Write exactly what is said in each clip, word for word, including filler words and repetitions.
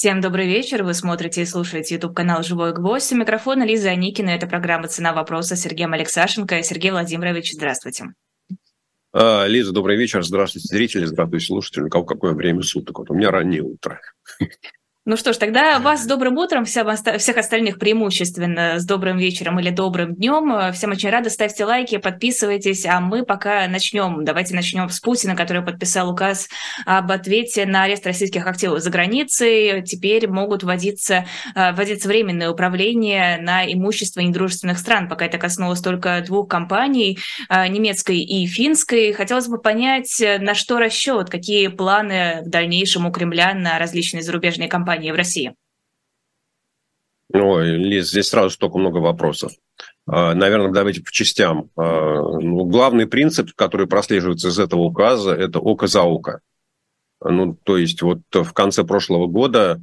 Всем добрый вечер. Вы смотрите и слушаете YouTube-канал «Живой гвоздь». У микрофона Лиза Аникина. Это программа «Цена вопроса» с Сергеем Алексашенко. Сергей Владимирович, здравствуйте. А, Лиза, добрый вечер. Здравствуйте, зрители, здравствуйте, слушатели. У кого какое время суток? Вот у меня раннее утро. Ну что ж, тогда вас с добрым утром, всех остальных преимущественно с добрым вечером или добрым днем. Всем очень рада, ставьте лайки, подписывайтесь, а мы пока начнем. Давайте начнем с Путина, который подписал указ об ответе на арест российских активов за границей. Теперь могут вводиться, вводиться временное управление на имущество недружественных стран. Пока это коснулось только двух компаний, немецкой и финской. Хотелось бы понять, на что расчет, какие планы в дальнейшем у Кремля на различные зарубежные компании в России? Ой, Лиз, здесь сразу столько много вопросов. Наверное, давайте по частям. Ну, главный принцип, который прослеживается из этого указа, это око за око. Ну, то есть вот в конце прошлого года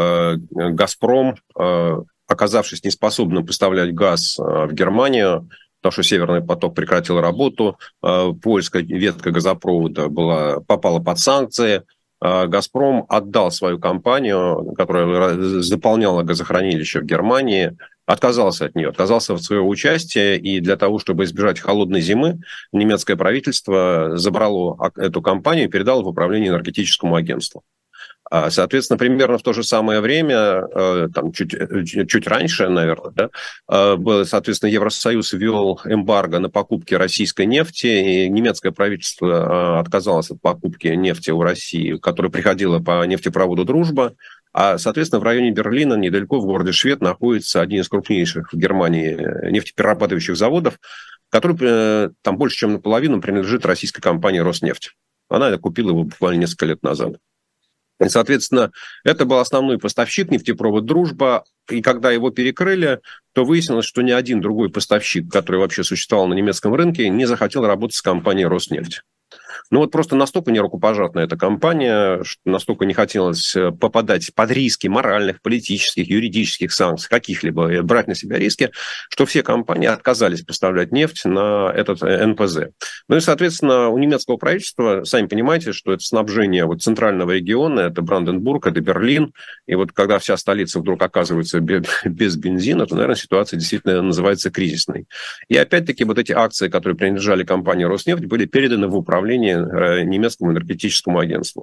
«Газпром», оказавшись неспособным поставлять газ в Германию, потому что «Северный поток» прекратил работу, польская ветка газопровода была, попала под санкции, «Газпром» отдал свою компанию, которая заполняла газохранилище в Германии, отказался от нее, отказался от своего участия, и для того, чтобы избежать холодной зимы, немецкое правительство забрало эту компанию и передало в управление энергетическому агентству. Соответственно, примерно в то же самое время, там, чуть, чуть раньше, наверное, да, соответственно, Евросоюз ввел эмбарго на покупки российской нефти, и немецкое правительство отказалось от покупки нефти у России, которая приходила по нефтепроводу «Дружба». А, соответственно, в районе Берлина, недалеко, в городе Швед, находится один из крупнейших в Германии нефтеперерабатывающих заводов, который там больше, чем наполовину принадлежит российской компании «Роснефть». Она купила его буквально несколько лет назад. И, соответственно, это был основной поставщик, нефтепровод «Дружба». И когда его перекрыли, то выяснилось, что ни один другой поставщик, который вообще существовал на немецком рынке, не захотел работать с компанией «Роснефть». Ну вот просто настолько нерукопожатная эта компания, что настолько не хотелось попадать под риски моральных, политических, юридических санкций, каких-либо, брать на себя риски, что все компании отказались поставлять нефть на этот эн пэ зэ. Ну и, соответственно, у немецкого правительства, сами понимаете, что это снабжение вот центрального региона, это Бранденбург, это Берлин, и вот когда вся столица вдруг оказывается без бензина, то, наверное, ситуация действительно называется кризисной. И опять-таки вот эти акции, которые принадлежали компании «Роснефть», были переданы в управление немецкому энергетическому агентству.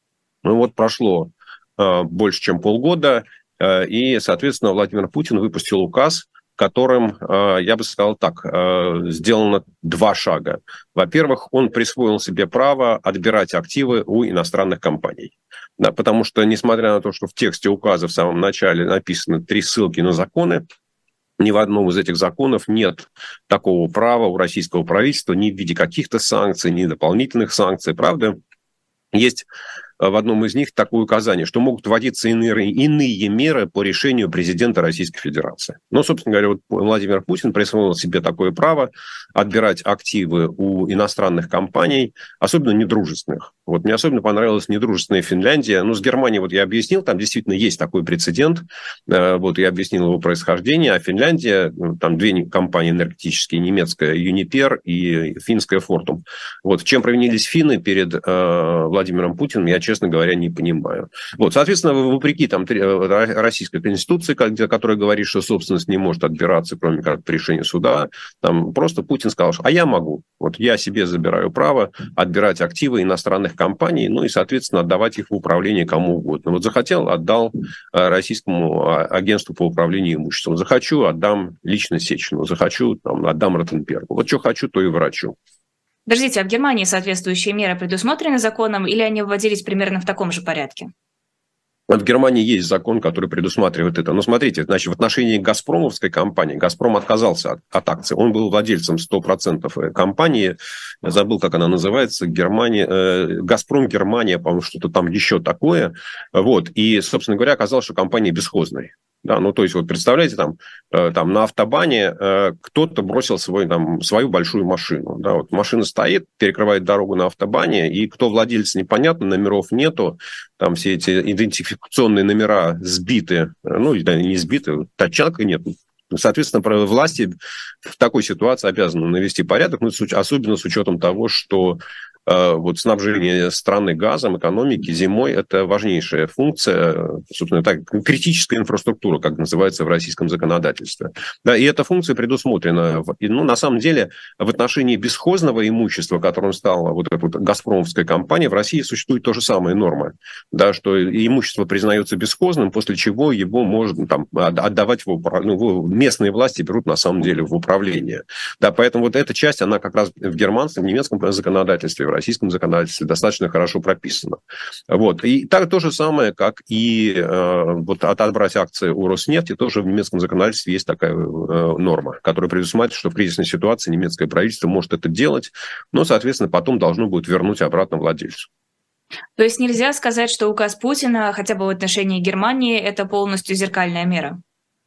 Ну вот прошло э, больше, чем полгода, э, и, соответственно, Владимир Путин выпустил указ, которым, э, я бы сказал так, э, сделано два шага. Во-первых, он присвоил себе право отбирать активы у иностранных компаний. Да, потому что, несмотря на то, что в тексте указа в самом начале написаны три ссылки на законы, ни в одном из этих законов нет такого права у российского правительства ни в виде каких-то санкций, ни дополнительных санкций. Правда, есть в одном из них такое указание, что могут вводиться иные, иные меры по решению президента Российской Федерации. Но, собственно говоря, вот Владимир Путин присвоил себе такое право отбирать активы у иностранных компаний, особенно недружественных. Вот мне особенно понравилась недружественная Финляндия. Ну, с Германией вот я объяснил, там действительно есть такой прецедент. Вот я объяснил его происхождение. А Финляндия, там две компании энергетические, немецкая Юнипер и финская Фортум. Вот в чем провинились финны перед э, Владимиром Путиным, я, честно говоря, не понимаю. Вот, соответственно, вопреки там, российской конституции, которая говорит, что собственность не может отбираться, кроме как по решению суда, там просто Путин сказал, что а я могу. Вот я себе забираю право отбирать активы иностранных компаний, ну и, соответственно, отдавать их в управление кому угодно. Вот захотел, отдал российскому агентству по управлению имуществом. Захочу, отдам лично Сечину. Захочу, там, отдам Ротенбергу. Вот что хочу, то и врачу. Подождите, а в Германии соответствующие меры предусмотрены законом или они вводились примерно в таком же порядке? В Германии есть закон, который предусматривает это. Но смотрите, значит, в отношении газпромовской компании, «Газпром» отказался от, от акций. Он был владельцем сто процентов компании. Я забыл, как она называется. Германия, э, «Газпром Германия», по-моему, что-то там еще такое. Вот. И, собственно говоря, оказалось, что компания бесхозная. Да, ну, то есть, вот представляете, там, э, там на автобане э, кто-то бросил свой, там, свою большую машину. Да, вот машина стоит, перекрывает дорогу на автобане, и кто владелец, непонятно, номеров нету, там все эти идентификационные номера сбиты, ну, не сбиты, тачанка нет. Соответственно, власти в такой ситуации обязаны навести порядок, ну, особенно с учетом того, что вот снабжение страны газом, экономики зимой – это важнейшая функция, собственно, так, критическая инфраструктура, как называется в российском законодательстве. Да, и эта функция предусмотрена, ну, на самом деле, в отношении бесхозного имущества, которым стала вот эта вот «Газпромовская» компания, в России существует то же самое норма, да, что имущество признается бесхозным, после чего его можно там отдавать в, ну, местные власти берут на самом деле в управление. Да, поэтому вот эта часть, она как раз в германском, в немецком законодательстве, в российском законодательстве достаточно хорошо прописана. Вот. И так то же самое, как и э, вот отобрать акции у Роснефти, тоже в немецком законодательстве есть такая э, норма, которая предусматривает, что в кризисной ситуации немецкое правительство может это делать, но, соответственно, потом должно будет вернуть обратно владельцу. То есть нельзя сказать, что указ Путина, хотя бы в отношении Германии, это полностью зеркальная мера?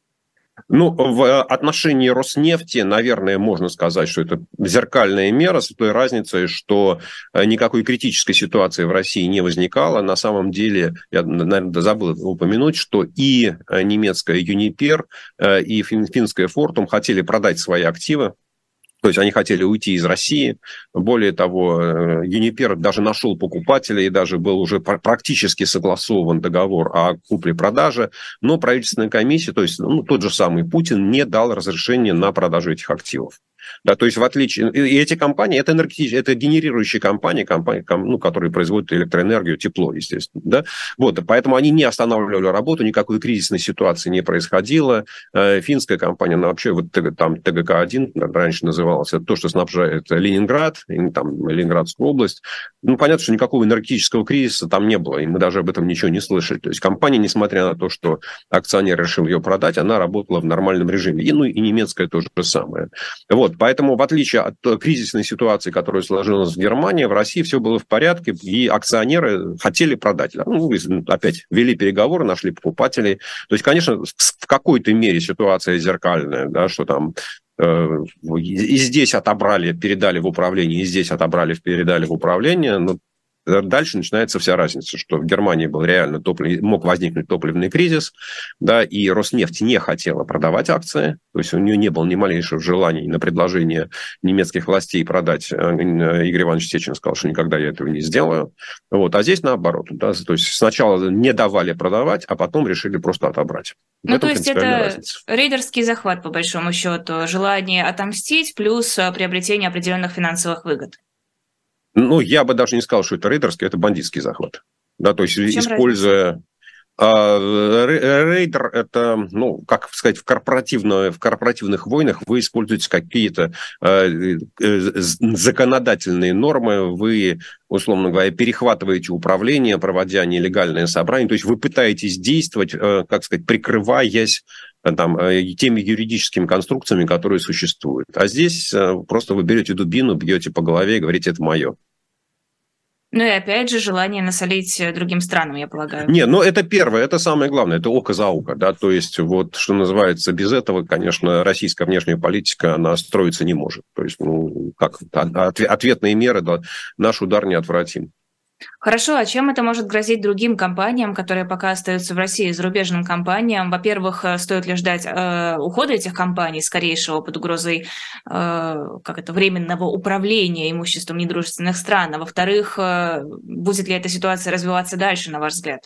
Ну, в отношении Роснефти, наверное, можно сказать, что это зеркальная мера, с той разницей, что никакой критической ситуации в России не возникало. На самом деле, я, наверное, забыл упомянуть, что и немецкая Юнипер, и финская Фортум хотели продать свои активы. То есть они хотели уйти из России. Более того, Юнипер даже нашел покупателя, и даже был уже практически согласован договор о купле-продаже. Но правительственная комиссия, то есть ну, тот же самый Путин, не дал разрешения на продажу этих активов. Да, то есть в отличие... И эти компании, это, энергетические, это генерирующие компании, компании ну, которые производят электроэнергию, тепло, естественно. Да? Вот, поэтому они не останавливали работу, никакой кризисной ситуации не происходило. Финская компания, она вообще, вот там Т Г К один, раньше называлась, это то, что снабжает Ленинград, там, Ленинградскую область. Ну, понятно, что никакого энергетического кризиса там не было, и мы даже об этом ничего не слышали. То есть компания, несмотря на то, что акционер решил ее продать, она работала в нормальном режиме. И, ну, и немецкая тоже самое. Вот. Поэтому, в отличие от кризисной ситуации, которая сложилась в Германии, в России все было в порядке, и акционеры хотели продать. Ну, опять вели переговоры, нашли покупателей. То есть, конечно, в какой-то мере ситуация зеркальная, да, что там э, и здесь отобрали, передали в управление, и здесь отобрали, передали в управление, но дальше начинается вся разница, что в Германии был реально топлив... мог возникнуть топливный кризис, да, и Роснефть не хотела продавать акции, то есть у нее не было ни малейшего желания на предложение немецких властей продать. Игорь Иванович Сечин сказал, что никогда я этого не сделаю. Вот. А здесь наоборот. Да, то есть сначала не давали продавать, а потом решили просто отобрать. Ну, то есть это разница. Рейдерский захват, по большому счету, желание отомстить плюс приобретение определенных финансовых выгод. Ну, я бы даже не сказал, что это рейдерский, это бандитский захват. Да, то есть, используя... Рейдер – это, ну, как сказать, в, корпоративно, в корпоративных войнах вы используете какие-то э, законодательные нормы, вы, условно говоря, перехватываете управление, проводя нелегальные собрания, то есть вы пытаетесь действовать, э, как сказать, прикрываясь там, теми юридическими конструкциями, которые существуют. А здесь э, просто вы берете дубину, бьете по голове и говорите «это мое». Ну и опять же желание насолить другим странам, я полагаю. Не, ну это первое, это самое главное, это око за око, да, то есть вот, что называется, без этого, конечно, российская внешняя политика, она строиться не может. То есть, ну, как, ответные меры, да, наш удар неотвратим. Хорошо, а чем это может грозить другим компаниям, которые пока остаются в России, зарубежным компаниям? Во-первых, стоит ли ждать э, ухода этих компаний скорейшего под угрозой э, как это, временного управления имуществом недружественных стран? А во-вторых, э, будет ли эта ситуация развиваться дальше, на ваш взгляд?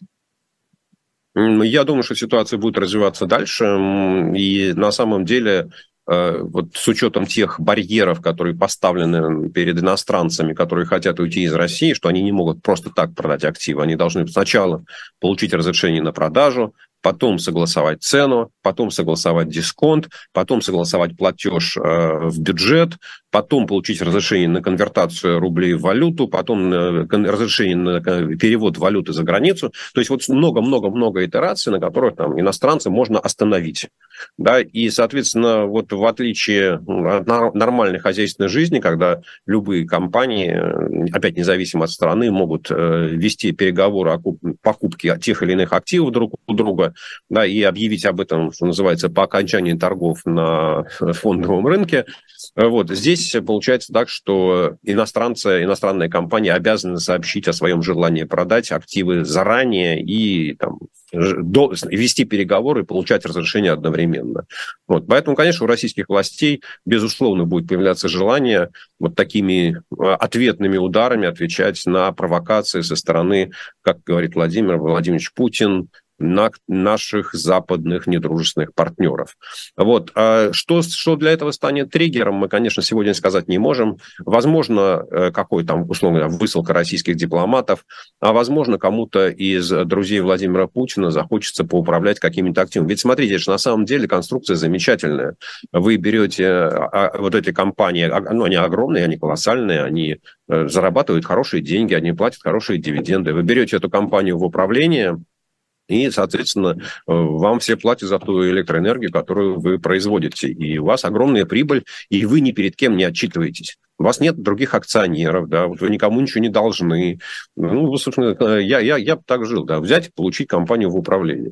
Я думаю, что ситуация будет развиваться дальше, и на самом деле... Вот с учетом тех барьеров, которые поставлены перед иностранцами, которые хотят уйти из России, что они не могут просто так продать активы. Они должны сначала получить разрешение на продажу, потом согласовать цену, потом согласовать дисконт, потом согласовать платеж в бюджет, потом получить разрешение на конвертацию рублей в валюту, потом разрешение на перевод валюты за границу. То есть вот много-много-много итераций, на которых там иностранцы можно остановить. Да? И, соответственно, вот в отличие от нормальной хозяйственной жизни, когда любые компании, опять независимо от страны, могут вести переговоры о покупке тех или иных активов друг у друга, да, и объявить об этом, что называется, по окончании торгов на фондовом рынке. Вот. Здесь получается так, что иностранцы, иностранные компании обязаны сообщить о своем желании продать активы заранее и там, до, вести переговоры и получать разрешение одновременно. Вот. Поэтому, конечно, у российских властей, безусловно, будет появляться желание вот такими ответными ударами отвечать на провокации со стороны, как говорит Владимир Владимирович Путин, на наших западных недружественных партнеров. Вот. А что, что для этого станет триггером, мы, конечно, сегодня сказать не можем. Возможно, какой там, условно говоря, высылка российских дипломатов, а возможно, кому-то из друзей Владимира Путина захочется поуправлять какими-то активами. Ведь смотрите, что на самом деле конструкция замечательная. Вы берете вот эти компании, ну, они огромные, они колоссальные, они зарабатывают хорошие деньги, они платят хорошие дивиденды. Вы берете эту компанию в управление, и, соответственно, вам все платят за ту электроэнергию, которую вы производите. И у вас огромная прибыль, и вы ни перед кем не отчитываетесь. У вас нет других акционеров, да, вот вы никому ничего не должны. Ну, собственно, я, я, я бы так жил, да, взять и получить компанию в управление.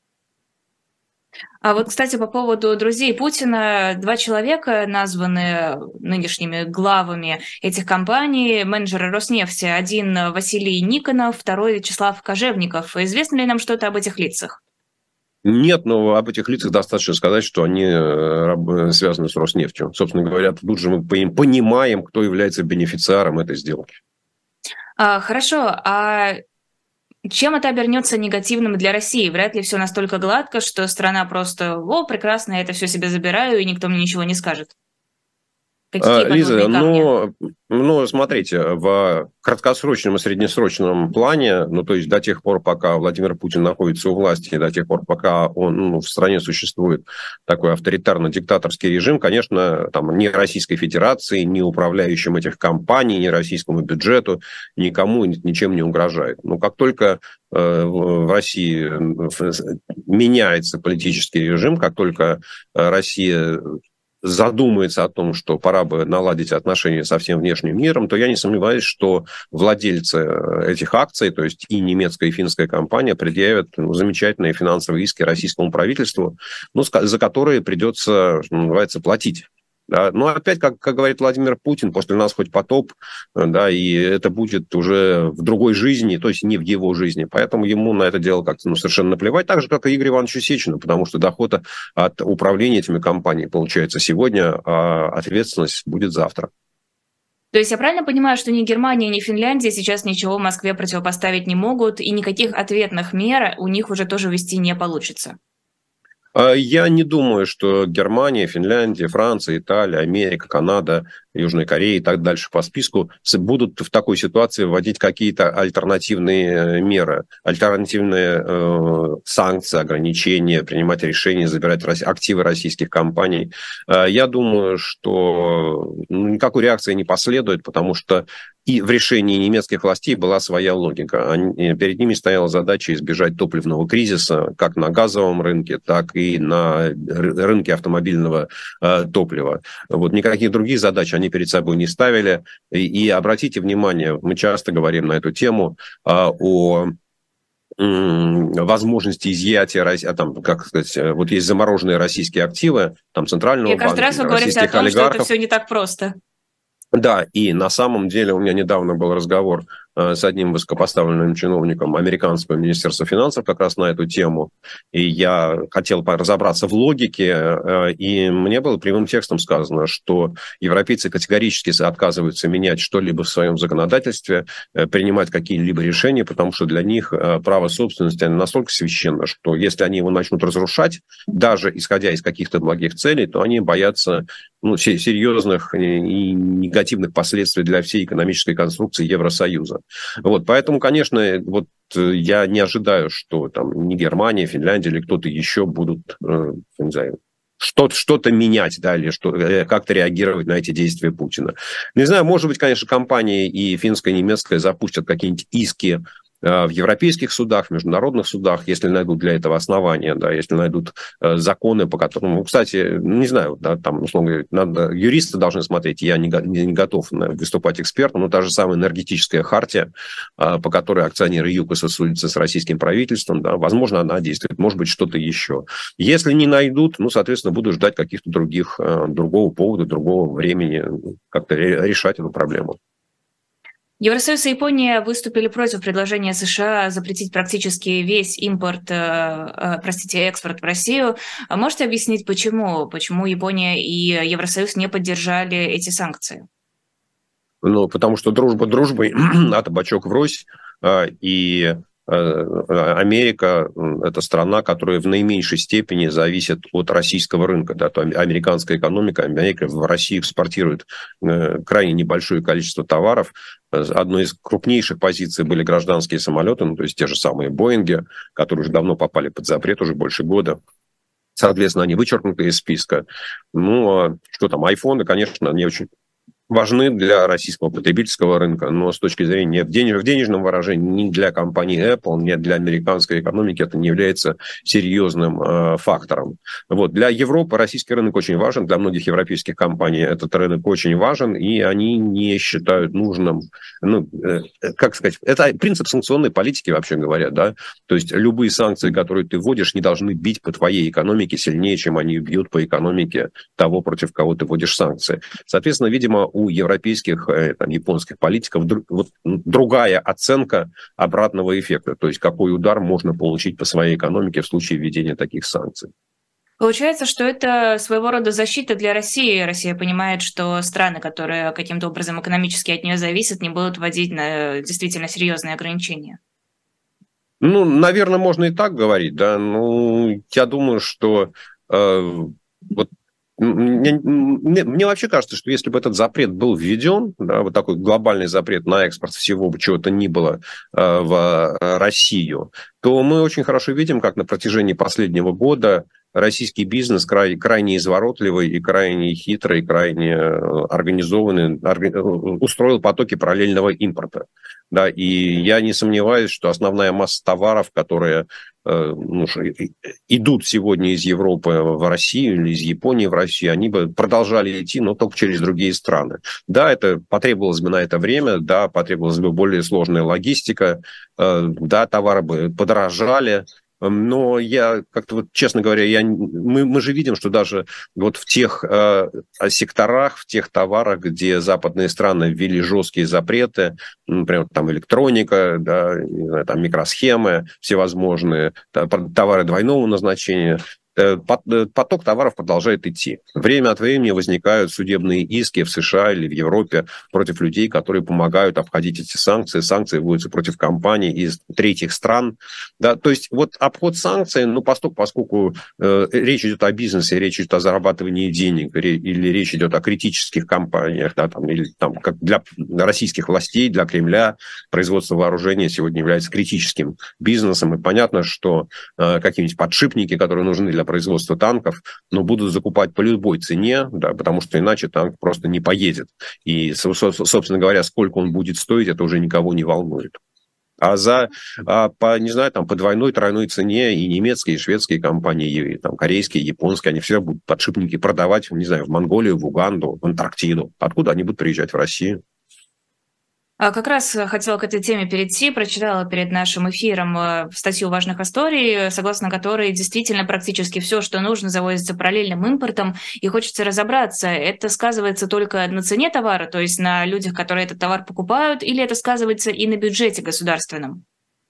А вот, кстати, по поводу друзей Путина, два человека названы нынешними главами этих компаний, менеджеры Роснефти. Один Василий Никонов, второй Вячеслав Кожевников. Известно ли нам что-то об этих лицах? Нет, но об этих лицах достаточно сказать, что они связаны с Роснефтью. Собственно говоря, тут же мы понимаем, кто является бенефициаром этой сделки. А, хорошо, а... чем это обернется негативным для России? Вряд ли все настолько гладко, что страна просто «О, прекрасно, я это все себе забираю, и никто мне ничего не скажет». Какие Лиза, ну, ну, смотрите, в краткосрочном и среднесрочном плане, ну, то есть до тех пор, пока Владимир Путин находится у власти, до тех пор, пока он, ну, в стране существует такой авторитарно-диктаторский режим, конечно, там ни Российской Федерации, ни управляющим этих компаний, ни российскому бюджету, никому ничем не угрожает. Но как только э, в России меняется политический режим, как только Россия задумается о том, что пора бы наладить отношения со всем внешним миром, то я не сомневаюсь, что владельцы этих акций, то есть и немецкая, и финская компания, предъявят ну, замечательные финансовые иски российскому правительству, ну, за которые придется, что называется, платить. Да. Но опять, как, как говорит Владимир Путин, после нас хоть потоп, да, и это будет уже в другой жизни, то есть не в его жизни. Поэтому ему на это дело как-то ну, совершенно наплевать, так же, как и Игорю Ивановичу Сечину, потому что доход от управления этими компаниями получается сегодня, а ответственность будет завтра. То есть я правильно понимаю, что ни Германия, ни Финляндия сейчас ничего Москве противопоставить не могут, и никаких ответных мер у них уже тоже вести не получится? Я не думаю, что Германия, Финляндия, Франция, Италия, Америка, Канада, Южная Корея и так дальше по списку будут в такой ситуации вводить какие-то альтернативные меры, альтернативные э, санкции, ограничения, принимать решения, забирать активы российских компаний. Я думаю, что никакой реакции не последует, потому что и в решении немецких властей была своя логика. Они, перед ними стояла задача избежать топливного кризиса как на газовом рынке, так и на рынке автомобильного э, топлива. Вот никаких других задач они перед собой не ставили. И, и обратите внимание, мы часто говорим на эту тему э, о возможности изъятия, а там, как сказать, вот есть замороженные российские активы, там Центрального банка, российских олигархов. И каждый раз вы говорите о том, что это все не так просто. Да, и на самом деле у меня недавно был разговор с одним высокопоставленным чиновником американского министерства финансов как раз на эту тему, и я хотел разобраться в логике, и мне было прямым текстом сказано, что европейцы категорически отказываются менять что-либо в своем законодательстве, принимать какие-либо решения, потому что для них право собственности настолько священно, что если они его начнут разрушать, даже исходя из каких-то благих целей, то они боятся ну, серьезных и негативных последствий для всей экономической конструкции Евросоюза. Вот, поэтому, конечно, вот я не ожидаю, что там ни Германия, Финляндия или кто-то еще будут, э, не знаю, что-то, что-то менять, да, или что, как-то реагировать на эти действия Путина. Не знаю, может быть, конечно, компании и финская, и немецкая запустят какие-нибудь иски в европейских судах, в международных судах, если найдут для этого основания, да, если найдут законы, по которым, ну, кстати, не знаю, да, там, условно говоря, надо, юристы должны смотреть, я не, не готов выступать экспертом, но та же самая энергетическая хартия, по которой акционеры ЮКОСа судятся с российским правительством, да, возможно, она действует, может быть, что-то еще. Если не найдут, ну, соответственно, буду ждать каких-то других, другого повода, другого времени, как-то решать эту проблему. Евросоюз и Япония выступили против предложения США запретить практически весь импорт, простите, экспорт в Россию. Можете объяснить, почему? Почему Япония и Евросоюз не поддержали эти санкции? Ну, потому что дружба дружбой, а табачок врозь, и Америка – это страна, которая в наименьшей степени зависит от российского рынка. Да, то американская экономика, Америка в России экспортирует крайне небольшое количество товаров. Одной из крупнейших позиций были гражданские самолеты, ну, то есть те же самые Боинги, которые уже давно попали под запрет, уже больше года. Соответственно, они вычеркнуты из списка. Ну, а что там, айфоны, конечно, они очень важны для российского потребительского рынка, но с точки зрения в, денеж, в денежном выражении ни для компании Apple, ни для американской экономики это не является серьезным э, фактором. Вот. Для Европы российский рынок очень важен, для многих европейских компаний этот рынок очень важен, и они не считают нужным, ну, э, как сказать, это принцип санкционной политики, вообще говоря, да, то есть любые санкции, которые ты вводишь, не должны бить по твоей экономике сильнее, чем они бьют по экономике того, против кого ты вводишь санкции. Соответственно, видимо, у европейских, там, японских политиков вот, другая оценка обратного эффекта, то есть какой удар можно получить по своей экономике в случае введения таких санкций. Получается, что это своего рода защита для России. Россия понимает, что страны, которые каким-то образом экономически от нее зависят, не будут вводить на действительно серьезные ограничения. Ну, наверное, можно и так говорить, да. Ну, я думаю, что э, вот Мне, мне, мне вообще кажется, что если бы этот запрет был введен, да, вот такой глобальный запрет на экспорт всего чего-то ни было э, в Россию, то мы очень хорошо видим, как на протяжении последнего года российский бизнес край, крайне изворотливый и крайне хитрый, крайне организованный, орга, устроил потоки параллельного импорта. Да, и я не сомневаюсь, что основная масса товаров, которые э, ну, идут сегодня из Европы в Россию или из Японии в Россию, они бы продолжали идти, но только через другие страны. Да, это потребовалось бы на это время, да, потребовалась бы более сложная логистика, э, да, товары бы подорожали. Но я как-то, вот, честно говоря, я, мы, мы же видим, что даже вот в тех э, секторах, в тех товарах, где западные страны ввели жесткие запреты, например, там электроника, да, там микросхемы всевозможные, товары двойного назначения, поток товаров продолжает идти. Время от времени возникают судебные иски в США или в Европе против людей, которые помогают обходить эти санкции. Санкции вводятся против компаний из третьих стран. Да, то есть вот обход санкций, ну, поскольку, поскольку э, речь идет о бизнесе, речь идет о зарабатывании денег, или речь идет о критических компаниях, да, там, или там, как для российских властей, для Кремля, производство вооружения сегодня является критическим бизнесом. И понятно, что э, какие-нибудь подшипники, которые нужны для производства танков, но будут закупать по любой цене, да, потому что иначе танк просто не поедет. И, собственно говоря, сколько он будет стоить, это уже никого не волнует. А за, а по, не знаю, там, по двойной, тройной цене и немецкие, и шведские компании, и там, корейские, и японские, они всегда будут подшипники продавать, не знаю, в Монголию, в Уганду, в Антарктиду. Откуда они будут приезжать в Россию? Как раз хотела к этой теме перейти, прочитала перед нашим эфиром статью «Важных историй», согласно которой действительно практически все, что нужно, завозится параллельным импортом, и хочется разобраться, это сказывается только на цене товара, то есть на людях, которые этот товар покупают, или это сказывается и на бюджете государственном?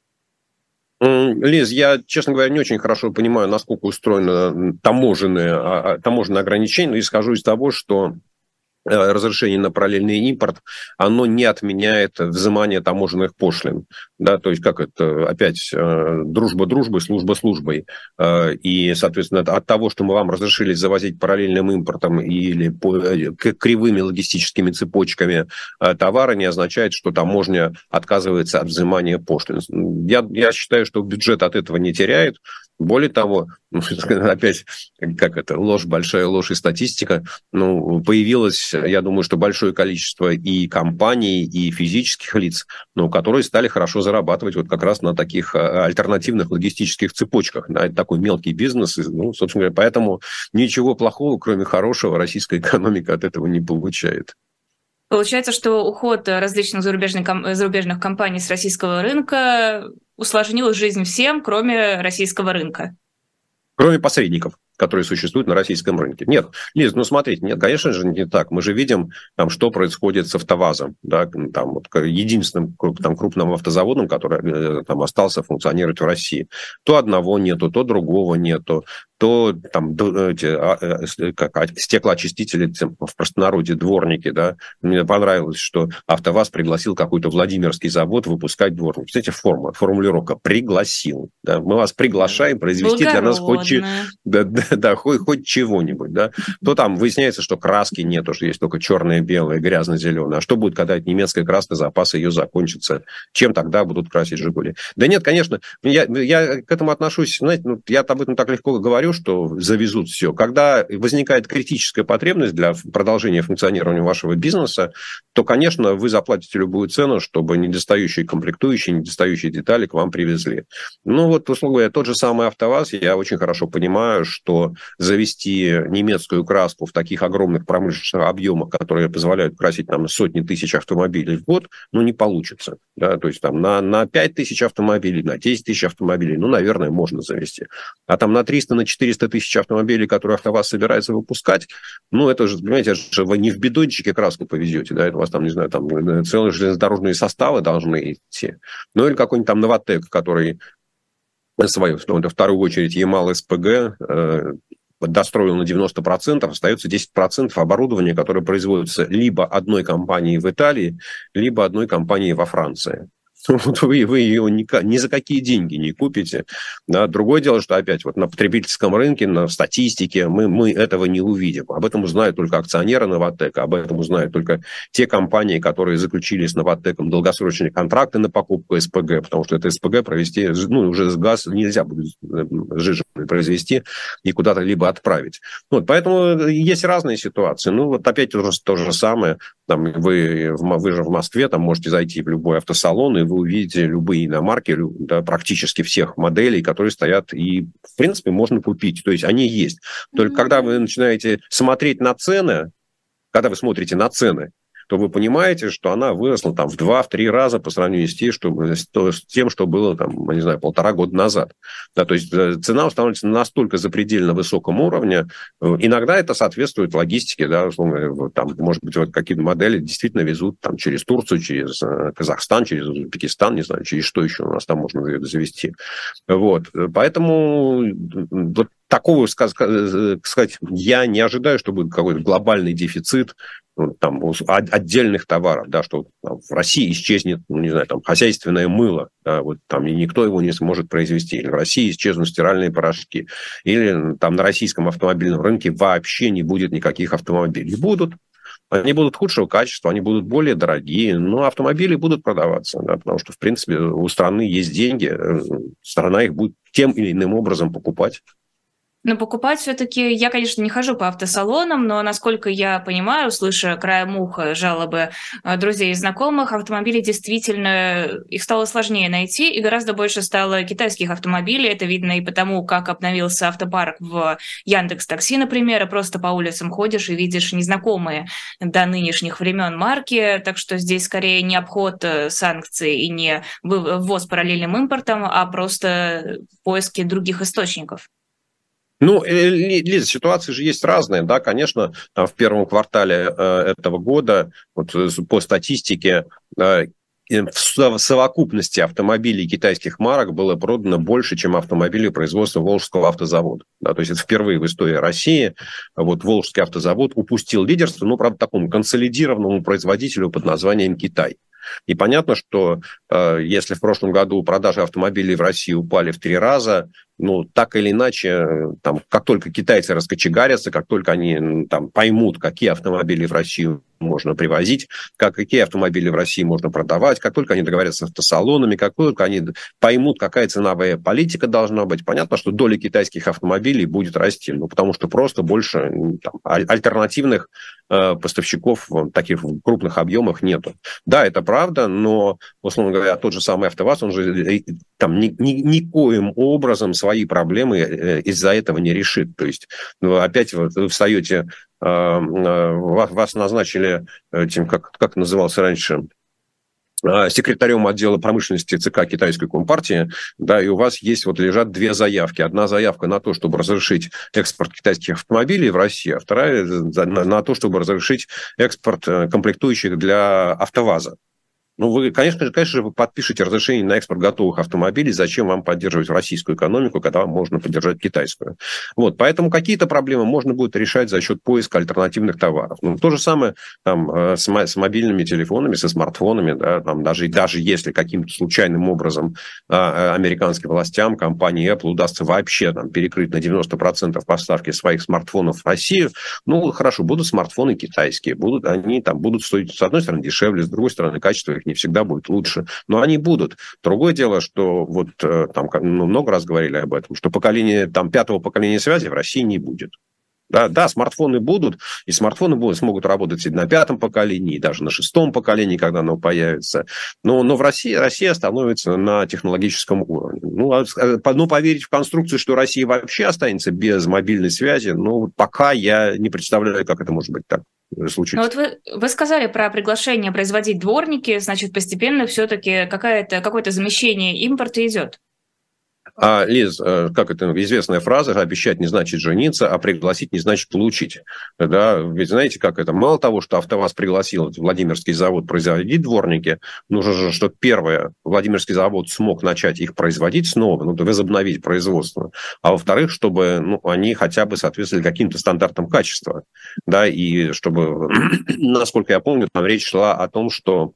Лиз, я, честно говоря, не очень хорошо понимаю, насколько устроены таможенные, таможенные ограничения, но исхожу из того, что разрешение на параллельный импорт, оно не отменяет взимание таможенных пошлин. Да, то есть, как это, опять, дружба дружбой, служба службой. И, соответственно, от того, что мы вам разрешили завозить параллельным импортом или по кривыми логистическими цепочками товара, не означает, что таможня отказывается от взимания пошлин. Я, я считаю, что бюджет от этого не теряет. Более того, опять, как это, ложь, большая ложь и статистика, ну, появилось, я думаю, что большое количество и компаний, и физических лиц, ну, которые стали хорошо зарабатывать вот как раз на таких альтернативных логистических цепочках. Да, это такой мелкий бизнес, ну, собственно говоря, поэтому ничего плохого, кроме хорошего, российская экономика от этого не получает. Получается, что уход различных зарубежных, зарубежных компаний с российского рынка усложнил жизнь всем, кроме российского рынка. Кроме посредников, которые существуют на российском рынке. Нет, Лиз, ну смотрите, нет, конечно же, не так. Мы же видим, там, что происходит с АвтоВАЗом, да, там, вот, единственным там, крупным автозаводом, который там, остался функционировать в России. То одного нету, то другого нету, то там эти, как, стеклоочистители, в простонародье дворники, да. Мне понравилось, что АвтоВАЗ пригласил какой-то Владимирский завод выпускать дворники. Кстати, форма, формулировка «пригласил». Да. Мы вас приглашаем произвести для нас хоть, да, да, да, хоть, хоть чего-нибудь. Да. То там выясняется, что краски нету, что есть только черное, белое, грязно-зеленое. А что будет, когда эта немецкая краска, запас ее закончится? Чем тогда будут красить «Жигули»? Да нет, конечно, я, я к этому отношусь, знаете, ну, я об этом так легко говорю, что завезут все. Когда возникает критическая потребность для продолжения функционирования вашего бизнеса, то, конечно, вы заплатите любую цену, чтобы недостающие комплектующие, недостающие детали к вам привезли. Ну вот, условно говоря, тот же самый АвтоВАЗ, я очень хорошо понимаю, что завести немецкую краску в таких огромных промышленных объемах, которые позволяют красить нам сотни тысяч автомобилей в год, ну, не получится. Да? То есть там на, на пять тысяч автомобилей, на десять тысяч автомобилей, ну, наверное, можно завести. А там на триста, на четыреста тысяч автомобилей, которые АвтоВАЗ собирается выпускать, ну, это же, понимаете, это же вы не в бидончике краску повезете, да, это у вас там, не знаю, там целые железнодорожные составы должны идти. Ну, или какой-нибудь там Новатэк, который свою, в вторую очередь, Ямал-СПГ э, достроил на девяносто процентов, остается десять процентов оборудования, которое производится либо одной компанией в Италии, либо одной компанией во Франции. Вот вы, вы ее ни, ни за какие деньги не купите. Да. Другое дело, что опять вот на потребительском рынке, на статистике мы, мы этого не увидим. Об этом узнают только акционеры Новатэка, об этом узнают только те компании, которые заключили с Новатэком долгосрочные контракты на покупку СПГ, потому что это СПГ провести, ну, уже с газ нельзя будет сжиженный произвести и куда-то либо отправить. Вот, поэтому есть разные ситуации. Ну, вот опять то же, то же самое. Там, вы, вы же в Москве, там можете зайти в любой автосалон, и вы увидите любые иномарки, да, практически всех моделей, которые стоят, и, в принципе, можно купить. То есть они есть. Только mm-hmm. когда вы начинаете смотреть на цены, когда вы смотрите на цены, то вы понимаете, что она выросла там в два-три раза по сравнению с тем, что, с тем, что было, там, не знаю, полтора года назад. Да, то есть цена устанавливается на настолько запредельно высоком уровне. Иногда это соответствует логистике. Да, там, может быть, вот какие-то модели действительно везут там, через Турцию, через Казахстан, через Узбекистан, не знаю, через что еще у нас там можно завести. Вот. Поэтому вот такого, сказать, я не ожидаю, что будет какой-то глобальный дефицит там, отдельных товаров, да, что там, в России исчезнет, ну, не знаю, там, хозяйственное мыло, да, вот, там, и никто его не сможет произвести, или в России исчезнут стиральные порошки, или там на российском автомобильном рынке вообще не будет никаких автомобилей. Будут, они будут худшего качества, они будут более дорогие, но автомобили будут продаваться, да, потому что, в принципе, у страны есть деньги, страна их будет тем или иным образом покупать. Но покупать все-таки, я, конечно, не хожу по автосалонам, но, насколько я понимаю, слыша краем уха жалобы друзей и знакомых, автомобили действительно, их стало сложнее найти, и гораздо больше стало китайских автомобилей. Это видно и потому, как обновился автопарк в Яндекс.Такси, например, и просто по улицам ходишь и видишь незнакомые до нынешних времен марки, так что здесь скорее не обход санкций и не ввоз параллельным импортом, а просто поиски других источников. Ну, Лиза, ситуации же есть разные, да, конечно, в первом квартале этого года, вот по статистике, в совокупности автомобилей китайских марок было продано больше, чем автомобилей производства Волжского автозавода. Да, то есть это впервые в истории России вот Волжский автозавод упустил лидерство, ну, правда, такому консолидированному производителю под названием Китай. И понятно, что э, если в прошлом году продажи автомобилей в России упали в три раза, ну, так или иначе, там, как только китайцы раскочегарятся, как только они там, поймут, какие автомобили в Россию можно привозить, как, какие автомобили в России можно продавать, как только они договорятся с автосалонами, как только они поймут, какая ценовая политика должна быть, понятно, что доля китайских автомобилей будет расти, ну, потому что просто больше там, альтернативных э, поставщиков в таких крупных объемах нету. Да, это правда, но, условно говоря, тот же самый АвтоВАЗ, он же там ни, ни, никоим образом свои проблемы из-за этого не решит. То есть, ну, опять вы встаете, вас, вас назначили этим, как, как назывался раньше, секретарем отдела промышленности ЦК Китайской Компартии, да, и у вас есть, вот лежат две заявки. Одна заявка на то, чтобы разрешить экспорт китайских автомобилей в Россию, а вторая на, на то, чтобы разрешить экспорт комплектующих для АвтоВАЗа. Ну, вы, конечно же, конечно же, вы подпишете разрешение на экспорт готовых автомобилей. Зачем вам поддерживать российскую экономику, когда вам можно поддержать китайскую? Вот, поэтому какие-то проблемы можно будет решать за счет поиска альтернативных товаров. Ну, то же самое там, с, с мобильными телефонами, со смартфонами. Да, там, даже, даже если каким-то случайным образом а, американским властям, компании Apple удастся вообще там, перекрыть на девяносто процентов поставки своих смартфонов в Россию, ну, хорошо, будут смартфоны китайские. Будут, они там, будут стоить, с одной стороны, дешевле, с другой стороны, качество их не всегда будет лучше, но они будут. Другое дело, что вот там ну, много раз говорили об этом, что поколение, там, пятого поколения связи в России не будет. Да, да, смартфоны будут, и смартфоны будут, смогут работать и на пятом поколении, и даже на шестом поколении, когда оно появится. Но, но в России Россия становится на технологическом уровне. Ну, а, ну, поверить в конструкцию, что Россия вообще останется без мобильной связи, ну, пока я не представляю, как это может быть так. Случится. Ну вот вы, вы сказали про приглашение производить дворники, значит, постепенно все-таки какая-то, какое-то замещение импорта идет. А, Лиз, как это известная фраза, обещать не значит жениться, а пригласить не значит получить. Да? Ведь знаете, как это? Мало того, что АвтоВАЗ пригласил Владимирский завод производить дворники, нужно же, что первое, Владимирский завод смог начать их производить снова, ну, возобновить производство, а во-вторых, чтобы ну, они хотя бы соответствовали каким-то стандартам качества. Да? И чтобы, насколько я помню, там речь шла о том, что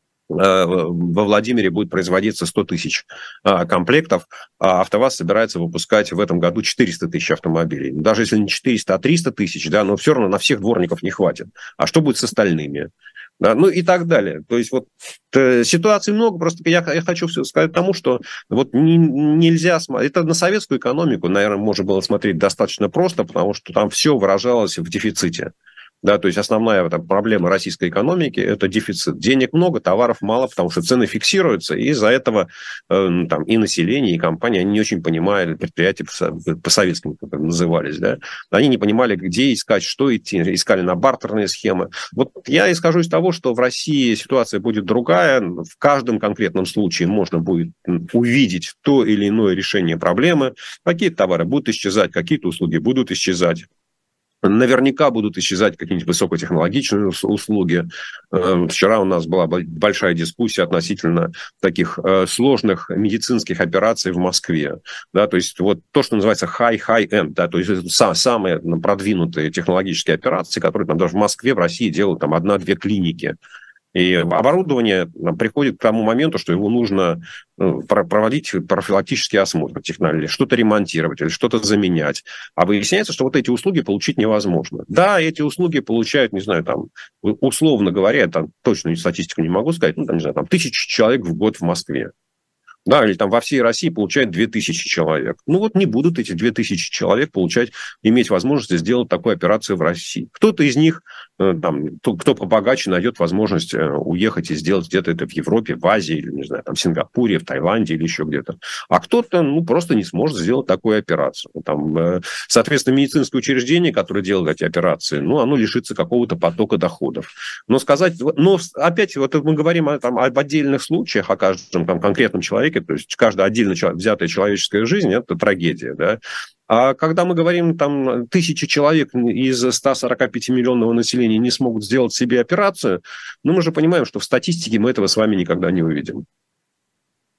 во Владимире будет производиться сто тысяч комплектов, а АвтоВАЗ собирается выпускать в этом году четыреста тысяч автомобилей. Даже если не четыреста, а триста тысяч, да, но все равно на всех дворников не хватит. А что будет с остальными? Да, ну и так далее. То есть вот э, ситуаций много, просто я, я хочу сказать тому, что вот не, нельзя смотреть, это на советскую экономику, наверное, можно было смотреть достаточно просто, потому что там все выражалось в дефиците. Да, то есть основная вот, проблема российской экономики – это дефицит. Денег много, товаров мало, потому что цены фиксируются, и из-за этого э, там, и население, и компании, они не очень понимали, предприятия по-советскому как назывались, да, они не понимали, где искать, что идти, искали на бартерные схемы. Вот я исхожу из того, что в России ситуация будет другая, в каждом конкретном случае можно будет увидеть то или иное решение проблемы, какие-то товары будут исчезать, какие-то услуги будут исчезать. Наверняка будут исчезать какие-нибудь высокотехнологичные услуги. Вчера у нас была большая дискуссия относительно таких сложных медицинских операций в Москве. Да, то есть вот то, что называется high-high-end, да, то есть самые продвинутые технологические операции, которые там даже в Москве, в России делают там одна-две клиники. И оборудование приходит к тому моменту, что его нужно проводить профилактический осмотр технологии, что-то ремонтировать или что-то заменять. А выясняется, что вот эти услуги получить невозможно. Да, эти услуги получают, не знаю, там, условно говоря, там точную статистику не могу сказать, ну, там, не знаю, там, тысячи человек в год в Москве. Да, или там во всей России получают две тысячи человек. Ну вот не будут эти две тысячи человек получать, иметь возможность сделать такую операцию в России. Кто-то из них, там, кто побогаче, найдет возможность уехать и сделать где-то это в Европе, в Азии, или, не знаю, там, в Сингапуре, в Таиланде или еще где-то. А кто-то, ну, просто не сможет сделать такую операцию. Там, соответственно, медицинское учреждение, которое делает эти операции, ну, оно лишится какого-то потока доходов. Но сказать, но опять вот мы говорим о, там, об отдельных случаях, о каждом там, конкретном человеке, то есть каждая отдельно взятая человеческая жизнь – это трагедия, да. А когда мы говорим, там, тысячи человек из ста сорока пяти миллионного населения не смогут сделать себе операцию, ну, мы же понимаем, что в статистике мы этого с вами никогда не увидим.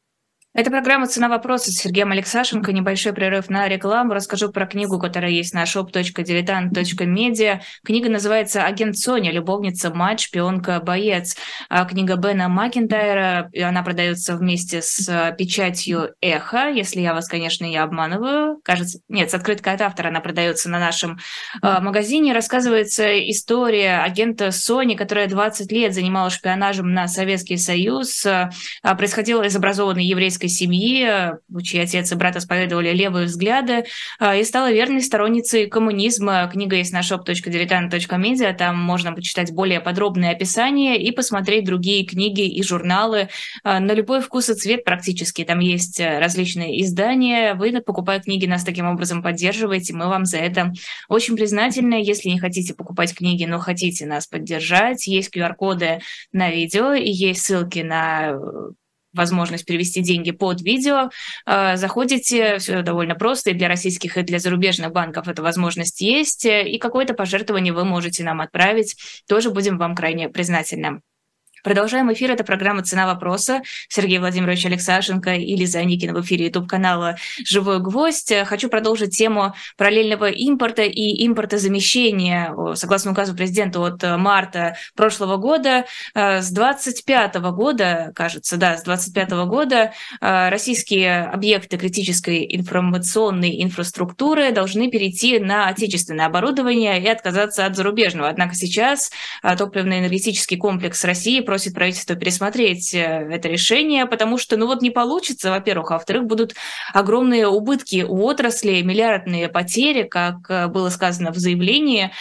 Это программа «Цена вопроса» с Сергеем Алексашенко. Небольшой прерыв на рекламу. Расскажу про книгу, которая есть на шоп точка дилетант точка медиа. Книга называется «Агент Соня. Любовница, мать, шпионка, боец». Книга Бена Макентайра. Она продается вместе с печатью «Эхо». Если я вас, конечно, не обманываю. Кажется, нет, с открыткой от автора она продается на нашем магазине. Рассказывается история агента Сони, которая двадцать лет занималась шпионажем на Советский Союз. Происходила из образованной еврейской семьи, чей отец и брат исповедовали левые взгляды, и стала верной сторонницей коммунизма. Книга есть на шоп точка дилетант точка медиа, там можно почитать более подробное описание и посмотреть другие книги и журналы на любой вкус и цвет практически. Там есть различные издания, вы, покупая книги, нас таким образом поддерживаете, мы вам за это очень признательны. Если не хотите покупать книги, но хотите нас поддержать, есть ку ар-коды на видео и есть ссылки на возможность перевести деньги под видео. Заходите, все довольно просто, и для российских, и для зарубежных банков эта возможность есть, и какое-то пожертвование вы можете нам отправить, тоже будем вам крайне признательны. Продолжаем эфир. Это программа «Цена вопроса». Сергей Владимирович Алексашенко и Лиза Аникина в эфире ютуб-канала «Живой гвоздь». Хочу продолжить тему параллельного импорта и импортозамещения. Согласно указу президента от марта прошлого года, с двадцать пятого года, кажется, да, с двадцать пятого года российские объекты критической информационной инфраструктуры должны перейти на отечественное оборудование и отказаться от зарубежного. Однако сейчас топливно-энергетический комплекс России просит правительство пересмотреть это решение, потому что, ну вот не получится, во-первых, а во-вторых, будут огромные убытки у отрасли, миллиардные потери, как было сказано в заявлении.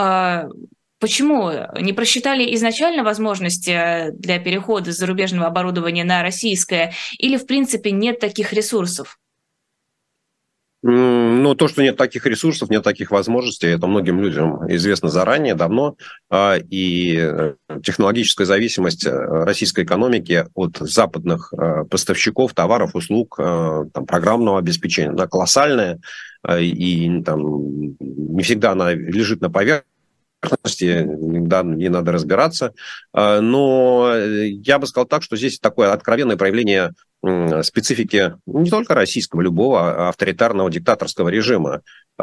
Почему? Не просчитали изначально возможности для перехода зарубежного оборудования на российское или, в принципе, нет таких ресурсов? Ну, то, что нет таких ресурсов, нет таких возможностей, это многим людям известно заранее, давно. И технологическая зависимость российской экономики от западных поставщиков товаров, услуг, там, программного обеспечения, она колоссальная. И там, не всегда она лежит на поверхности, да, не надо разбираться. Но я бы сказал так, что здесь такое откровенное проявление специфики не только российского, любого авторитарного диктаторского режима.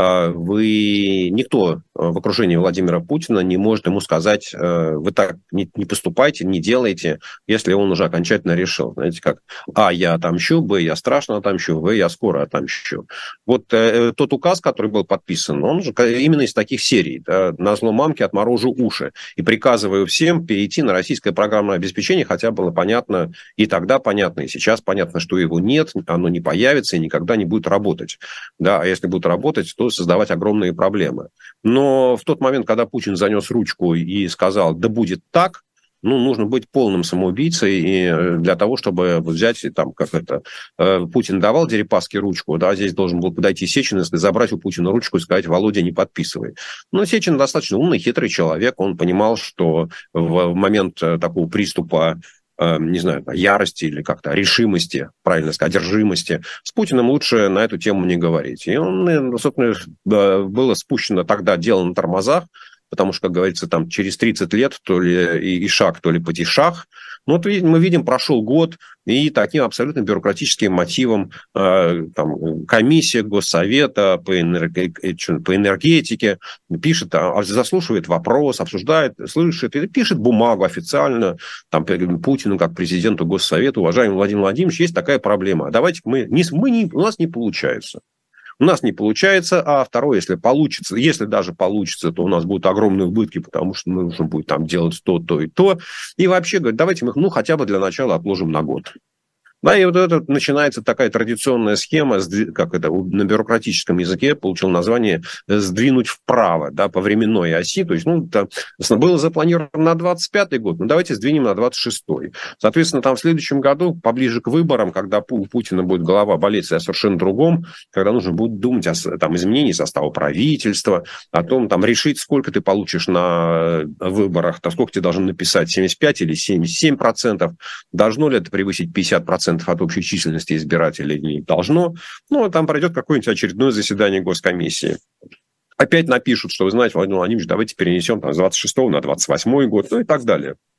Вы, никто в окружении Владимира Путина не может ему сказать: вы так не, не поступайте, не делайте, если он уже окончательно решил. Знаете, как А, я отомщу, Б, я страшно отомщу, В, я скоро отомщу. Вот э, тот указ, который был подписан, он же именно из таких серий. Да, назло мамке отморожу уши и приказываю всем перейти на российское программное обеспечение, хотя было понятно, и тогда понятно, и сейчас понятно, что его нет, оно не появится и никогда не будет работать. Да, а если будет работать, то создавать огромные проблемы. Но в тот момент, когда Путин занес ручку и сказал: да будет так, ну, нужно быть полным самоубийцей и для того, чтобы взять, там, как это, Путин давал Дерипаске ручку, да, здесь должен был подойти Сечин, если забрать у Путина ручку и сказать: Володя, не подписывай. Но Сечин достаточно умный, хитрый человек, он понимал, что в момент такого приступа, не знаю, ярости или как-то решимости, правильно сказать, одержимости, с Путиным лучше на эту тему не говорить. И он, собственно, было спущено тогда дело на тормозах, потому что, как говорится, там через тридцать лет то ли и шаг, то ли потишах. Ну, вот мы видим, прошел год, и таким абсолютно бюрократическим мотивом э, там, комиссия Госсовета по, энерг... по энергетике пишет, заслушивает вопрос, обсуждает, слышит, и пишет бумагу официально там, Путину как президенту Госсовета: уважаемый Владимир Владимирович, есть такая проблема, давайте мы, не, мы не, у нас не получается. У нас не получается, а второе, если получится, если даже получится, то у нас будут огромные убытки, потому что нужно будет там делать то, то и то. И вообще, говорит, давайте мы, ну, хотя бы для начала отложим на год. Да, и вот это начинается такая традиционная схема, как это на бюрократическом языке получил название «сдвинуть вправо», да, по временной оси. То есть, ну, это было запланировано на двадцать пятый год, ну, давайте сдвинем на двадцать шестой. Соответственно, там в следующем году, поближе к выборам, когда у Путина будет голова болеть о совершенно другом, когда нужно будет думать о там, изменении состава правительства, о том, там, решить, сколько ты получишь на выборах, там, сколько тебе должны написать, семьдесят пять или семьдесят семь процентов, должно ли это превысить пятьдесят процентов от общей численности избирателей, не должно. Ну, там пройдет какое-нибудь очередное заседание Госкомиссии. Опять напишут, что, вы знаете, Владимир Владимирович, давайте перенесем там, с двадцать шестого на двадцать восьмой год, ну и так далее.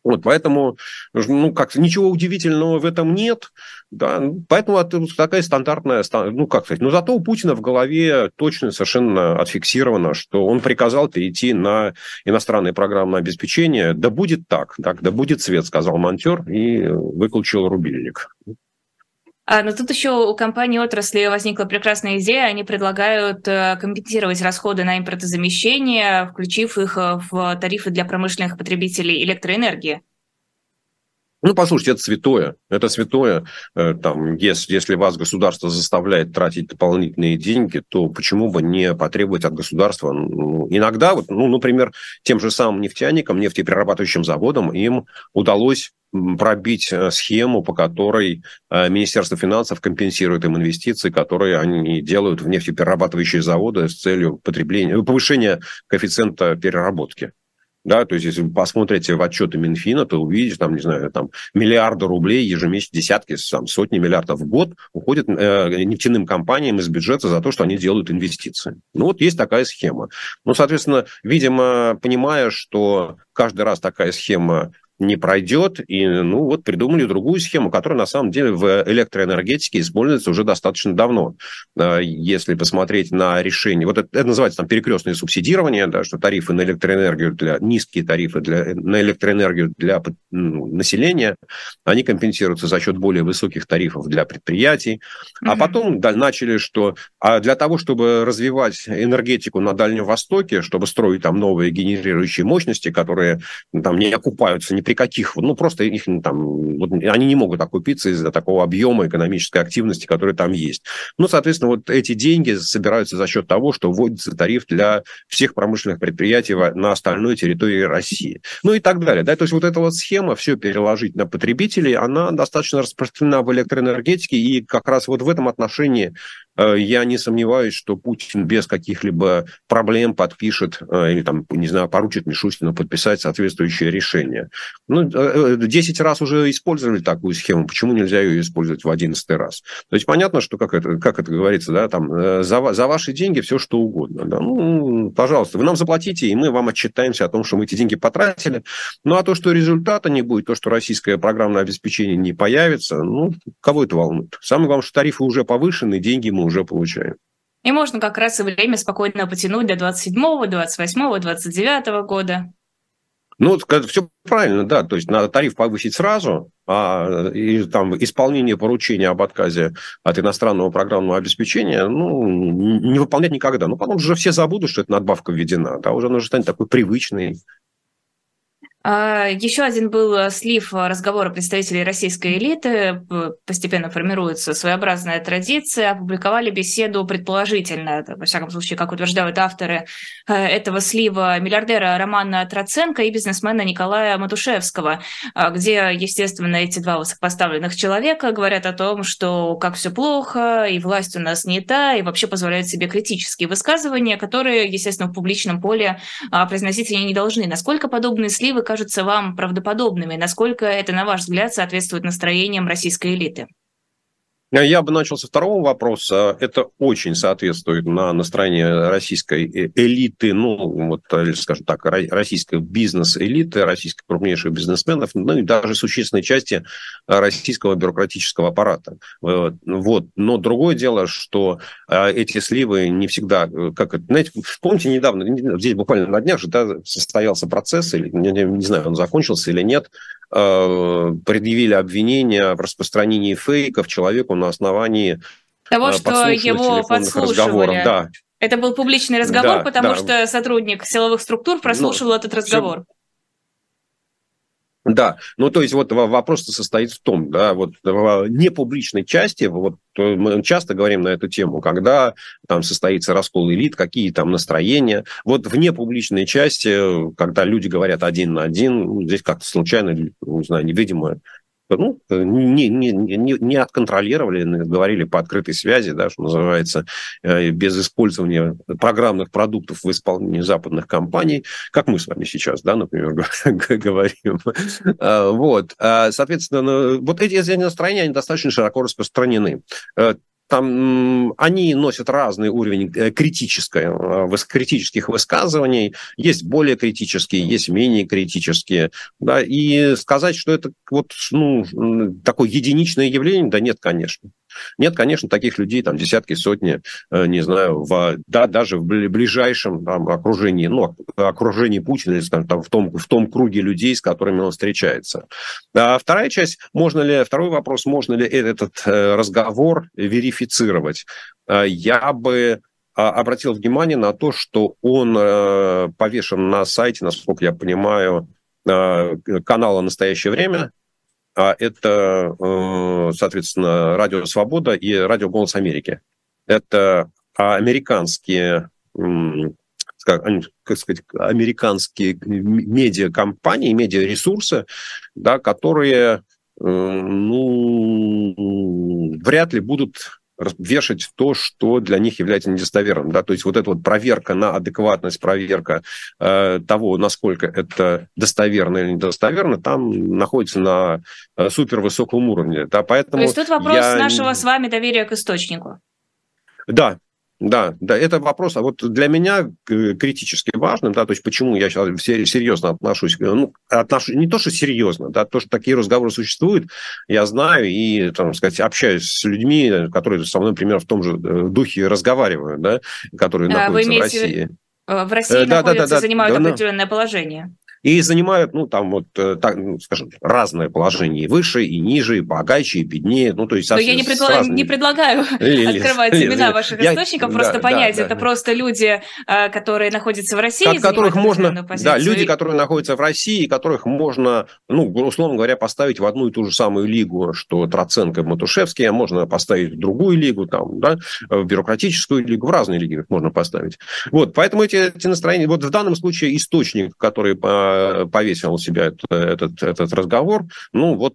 Вот, поэтому, ну, как ничего удивительного в этом нет, да, поэтому это такая стандартная, ну, как сказать, но зато у Путина в голове точно совершенно отфиксировано, что он приказал перейти на иностранное программное обеспечение, да будет так, так, да будет свет, сказал монтер и выключил рубильник. А, но тут еще у компании отрасли возникла прекрасная идея. Они предлагают компенсировать расходы на импортозамещение, включив их в тарифы для промышленных потребителей электроэнергии. Ну, послушайте, это святое. Это святое. Там, если, если вас государство заставляет тратить дополнительные деньги, то почему бы не потребовать от государства? Ну, иногда, вот, ну, например, тем же самым нефтяникам, нефтеперерабатывающим заводам им удалось пробить схему, по которой Министерство финансов компенсирует им инвестиции, которые они делают в нефтеперерабатывающие заводы с целью потребления, повышения коэффициента переработки. Да, то есть, если вы посмотрите в отчеты Минфина, то увидите, там, не знаю, там, миллиарды рублей ежемесячно, десятки, там, сотни миллиардов в год уходят э, нефтяным компаниям из бюджета за то, что они делают инвестиции. Ну, вот есть такая схема. Ну, соответственно, видимо, понимая, что каждый раз такая схема не пройдет, и, ну, вот придумали другую схему, которая, на самом деле, в электроэнергетике используется уже достаточно давно. Если посмотреть на решение, вот это, это называется там перекрестное субсидирование, да, что тарифы на электроэнергию, для, низкие тарифы для, на электроэнергию для ну, населения, они компенсируются за счет более высоких тарифов для предприятий. Mm-hmm. А потом да, начали, что а для того, чтобы развивать энергетику на Дальнем Востоке, чтобы строить там новые генерирующие мощности, которые там не окупаются ни при каких, ну, просто их там, вот, они не могут окупиться из-за такого объема экономической активности, который там есть. Ну, соответственно, вот эти деньги собираются за счет того, что вводится тариф для всех промышленных предприятий на остальной территории России. Ну, и так далее. Да? То есть, вот эта вот схема, все переложить на потребителей, она достаточно распространена в электроэнергетике, и как раз вот в этом отношении я не сомневаюсь, что Путин без каких-либо проблем подпишет или, там, не знаю, поручит Мишустину подписать соответствующее решение. Ну, десять раз уже использовали такую схему, почему нельзя ее использовать в одиннадцатый раз? То есть, понятно, что, как это, как это говорится, да, там, за, за ваши деньги все что угодно. Да? Ну, пожалуйста, вы нам заплатите, и мы вам отчитаемся о том, что мы эти деньги потратили. Ну, а то, что результата не будет, то, что российское программное обеспечение не появится, ну, кого это волнует? Самое главное, что тарифы уже повышены, деньги мы уже получаем. И можно как раз и время спокойно потянуть до двадцать седьмого, двадцать восьмого, двадцать девятого года. Ну, все правильно, да. То есть, надо тариф повысить сразу, а и, там, исполнение поручения об отказе от иностранного программного обеспечения, ну, не выполнять никогда. Ну, потом уже все забудут, что эта надбавка введена. Да, уже она уже станет такой привычной. Еще один был слив разговора представителей российской элиты. Постепенно формируется своеобразная традиция. Опубликовали беседу предположительно, во всяком случае, как утверждают авторы этого слива, миллиардера Романа Троценко и бизнесмена Николая Матушевского, где, естественно, эти два высокопоставленных человека говорят о том, что как все плохо, и власть у нас не та, и вообще позволяют себе критические высказывания, которые, естественно, в публичном поле произносить они не должны. Насколько подобные сливы кажутся вам правдоподобными? Насколько это, на ваш взгляд, соответствует настроениям российской элиты? Я бы начал со второго вопроса. Это очень соответствует на настроение российской элиты, ну, вот, скажем так, российской бизнес-элиты, российских крупнейших бизнесменов, ну, и даже существенной части российского бюрократического аппарата. Вот. Но другое дело, что эти сливы не всегда, как это, знаете, помните, недавно, здесь буквально на днях же, да, состоялся процесс, или, не, не знаю, он закончился или нет, предъявили обвинения в распространении фейков человеку на основании того, что его подслушивали. Да. Это был публичный разговор, да, потому да. что сотрудник силовых структур прослушал Но этот разговор. Все... Да, ну то есть вот вопрос состоит в том, да, вот в непубличной части, вот мы часто говорим на эту тему, когда там состоится раскол элит, какие там настроения, вот в непубличной части, когда люди говорят один на один, ну, здесь как-то случайно, не знаю, невидимо, ну, не, не, не, не отконтролировали, говорили по открытой связи, да, что называется, без использования программных продуктов в исполнении западных компаний, как мы с вами сейчас, да, например, говорим. Вот. Соответственно, вот эти настроения, они достаточно широко распространены. там, они носят разный уровень критическое, критических высказываний. Есть более критические, есть менее критические. Да, и сказать, что это вот, ну, такое единичное явление, да нет, конечно. Нет, конечно, таких людей там десятки, сотни, не знаю, в, да, даже в ближайшем там, окружении, ну, окружении Путина, или, скажем, там, в, том, в том круге людей, с которыми он встречается. А вторая часть, можно ли, второй вопрос, можно ли этот разговор верифицировать? Я бы обратил внимание на то, что он повешен на сайте, насколько я понимаю, канала «Настоящее время». А это, соответственно, Радио Свобода и Радио Голос Америки. Это американские, как сказать, американские медиакомпании, медиаресурсы, да, которые, ну, вряд ли будут вешать то, что для них является недостоверным. Да? То есть вот эта вот проверка на адекватность, проверка э, того, насколько это достоверно или недостоверно, там находится на э, супервысоком уровне. Да? Поэтому то есть тут вопрос я... нашего с вами доверия к источнику. Да. Да, да, это вопрос, а вот для меня критически важным, да, то есть почему я сейчас серьезно отношусь, ну, отношусь, не то, что серьезно, да, то, что такие разговоры существуют, я знаю и, там сказать, общаюсь с людьми, которые со мной, например, в том же духе разговаривают, да, которые а, находятся в России. В России да, находятся, да, да, да, занимают да, определенное положение. И занимают, ну, там вот, так, скажем, разное положение, и выше, и ниже, и богаче, и беднее, ну, то есть... Но я не, предла... разными... не предлагаю Лили, открывать Лили, имена Лили. ваших я... источников, просто да, понять, да, это да. просто люди, которые находятся в России, которых можно, позицию. да, люди, которые находятся в России, которых можно, ну, условно говоря, поставить в одну и ту же самую лигу, что Троценко и Матушевский, а можно поставить в другую лигу, там, да, в бюрократическую лигу, в разные лиги их можно поставить. Вот, поэтому эти, эти настроения, вот в данном случае источник, который повесил у себя этот, этот, этот разговор, ну, вот,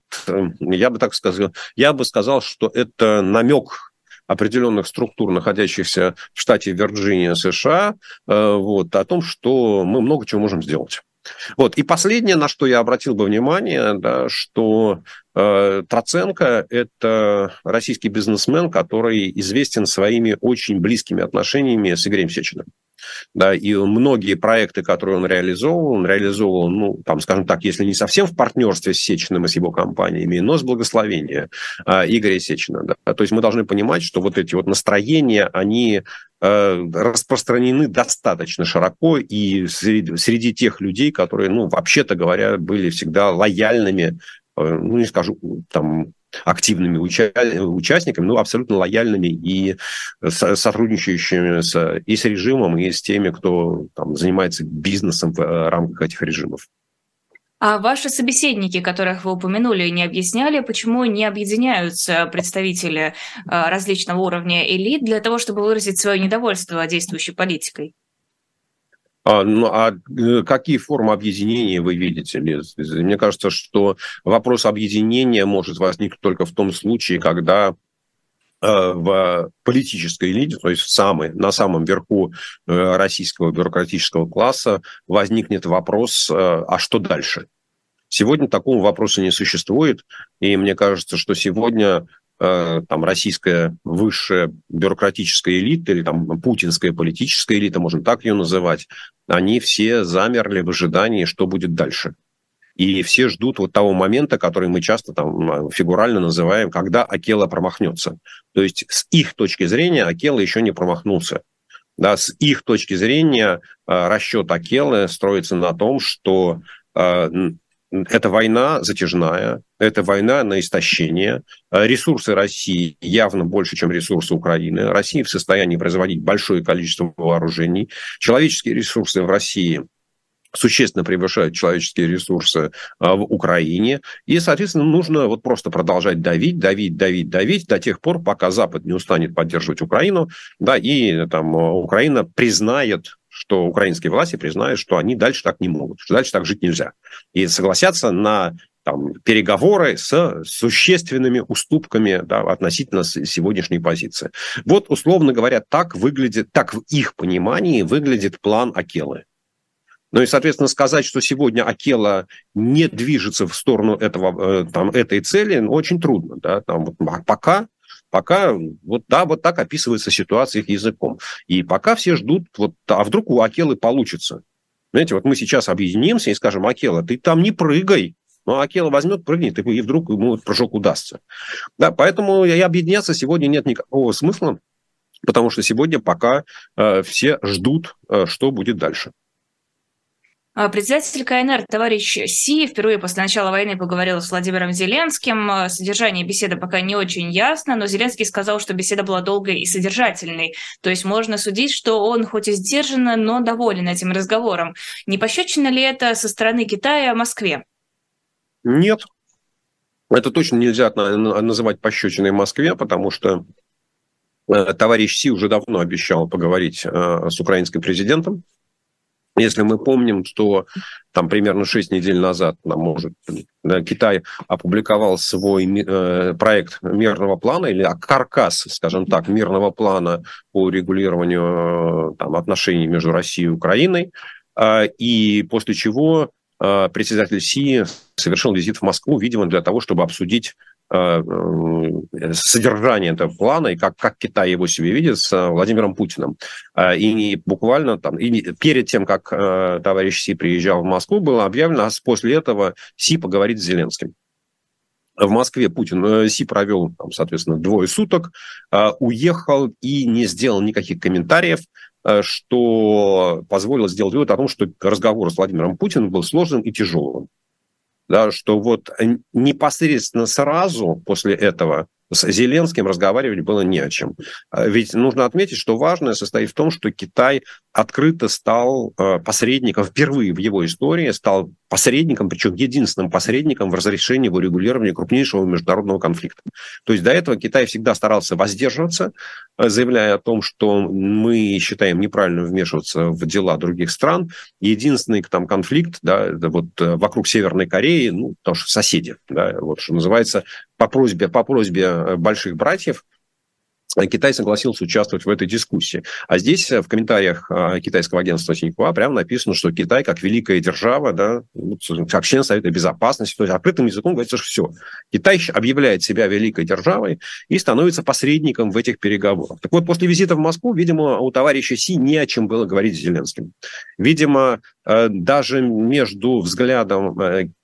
я бы так сказал, я бы сказал, что это намек определенных структур, находящихся в штате Вирджиния, США, вот, о том, что мы много чего можем сделать. Вот. И последнее, на что я обратил бы внимание, да, что э, Троценко – это российский бизнесмен, который известен своими очень близкими отношениями с Игорем Сечиным. Да, и многие проекты, которые он реализовывал, он реализовывал, ну, там, скажем так, если не совсем в партнерстве с Сечиным и с его компаниями, но с благословения э, Игоря Сечина. Да. То есть мы должны понимать, что вот эти вот настроения, они э, распространены достаточно широко и среди, среди тех людей, которые, ну, вообще-то говоря, были всегда лояльными, э, ну, не скажу, там, активными уча- участниками, ну, абсолютно лояльными и сотрудничающими с, и с режимом, и с теми, кто там, занимается бизнесом в рамках этих режимов. А ваши собеседники, которых вы упомянули, не объясняли, почему не объединяются представители различного уровня элит для того, чтобы выразить свое недовольство действующей политикой? А, ну, а какие формы объединения вы видите, Лиз? Мне кажется, что вопрос объединения может возникнуть только в том случае, когда э, в политической элите, то есть в самой, на самом верху э, российского бюрократического класса возникнет вопрос, э, а что дальше? Сегодня такого вопроса не существует, и мне кажется, что сегодня там российская высшая бюрократическая элита или там путинская политическая элита, можно так ее называть, они все замерли в ожидании, что будет дальше. И все ждут вот того момента, который мы часто там фигурально называем, когда Акела промахнется. То есть с их точки зрения Акела еще не промахнулся. Да, с их точки зрения расчет Акелы строится на том, что это война затяжная, это война на истощение. Ресурсы России явно больше, чем ресурсы Украины. Россия в состоянии производить большое количество вооружений. Человеческие ресурсы в России существенно превышают человеческие ресурсы в Украине. И, соответственно, нужно вот просто продолжать давить, давить, давить, давить до тех пор, пока Запад не устанет поддерживать Украину, да, и там Украина признает, что украинские власти признают, что они дальше так не могут, что дальше так жить нельзя. И согласятся на там, переговоры с существенными уступками, да, относительно сегодняшней позиции. Вот, условно говоря, так выглядит, так в их понимании выглядит план Акелы. Ну и, соответственно, сказать, что сегодня Акела не движется в сторону этого, там, этой цели, ну, очень трудно. Да? Там, вот, пока Пока вот, да, вот так описывается ситуация их языком. И пока все ждут, вот, а вдруг у Акелы получится. Знаете, вот мы сейчас объединимся и скажем: Акела, ты там не прыгай. Ну, Акела возьмет, прыгнет, и вдруг ему прыжок удастся. Да, поэтому и объединяться сегодня нет никакого смысла, потому что сегодня пока э, все ждут, э, что будет дальше. Председатель ка эн эр товарищ Си впервые после начала войны поговорил с Владимиром Зеленским. Содержание беседы пока не очень ясно, но Зеленский сказал, что беседа была долгой и содержательной. То есть можно судить, что он хоть и сдержанно, но доволен этим разговором. Не пощечина ли это со стороны Китая Москве? Нет. Это точно нельзя называть пощечиной Москве, потому что товарищ Си уже давно обещал поговорить с украинским президентом. Если мы помним, что там примерно шесть недель назад, там, может, да, Китай опубликовал свой э, проект мирного плана, или каркас, скажем так, мирного плана по регулированию э, там, отношений между Россией и Украиной, э, и после чего э, председатель Си совершил визит в Москву, видимо, для того, чтобы обсудить содержание этого плана и как, как Китай его себе видит с Владимиром Путиным. И буквально там, и перед тем, как товарищ Си приезжал в Москву, было объявлено, а после этого Си поговорит с Зеленским. В Москве Путин, Си провел, там, соответственно, двое суток, уехал и не сделал никаких комментариев, что позволило сделать вывод о том, что разговор с Владимиром Путиным был сложным и тяжелым. Да, что вот непосредственно сразу после этого с Зеленским разговаривать было не о чем. Ведь нужно отметить, что важное состоит в том, что Китай открыто стал посредником, впервые в его истории стал посредником, причем единственным посредником в разрешении, в урегулировании крупнейшего международного конфликта. То есть до этого Китай всегда старался воздерживаться, заявляя о том, что мы считаем неправильно вмешиваться в дела других стран. Единственный там конфликт, да, вот вокруг Северной Кореи, ну, потому что соседи, да, вот что называется, по просьбе, по просьбе больших братьев, Китай согласился участвовать в этой дискуссии. А здесь в комментариях китайского агентства Синьхуа прямо написано, что Китай, как великая держава, да, как член Совета Безопасности, то есть открытым языком говорится, что все. Китай объявляет себя великой державой и становится посредником в этих переговорах. Так вот, после визита в Москву, видимо, у товарища Си не о чем было говорить с Зеленским. Видимо, даже между взглядом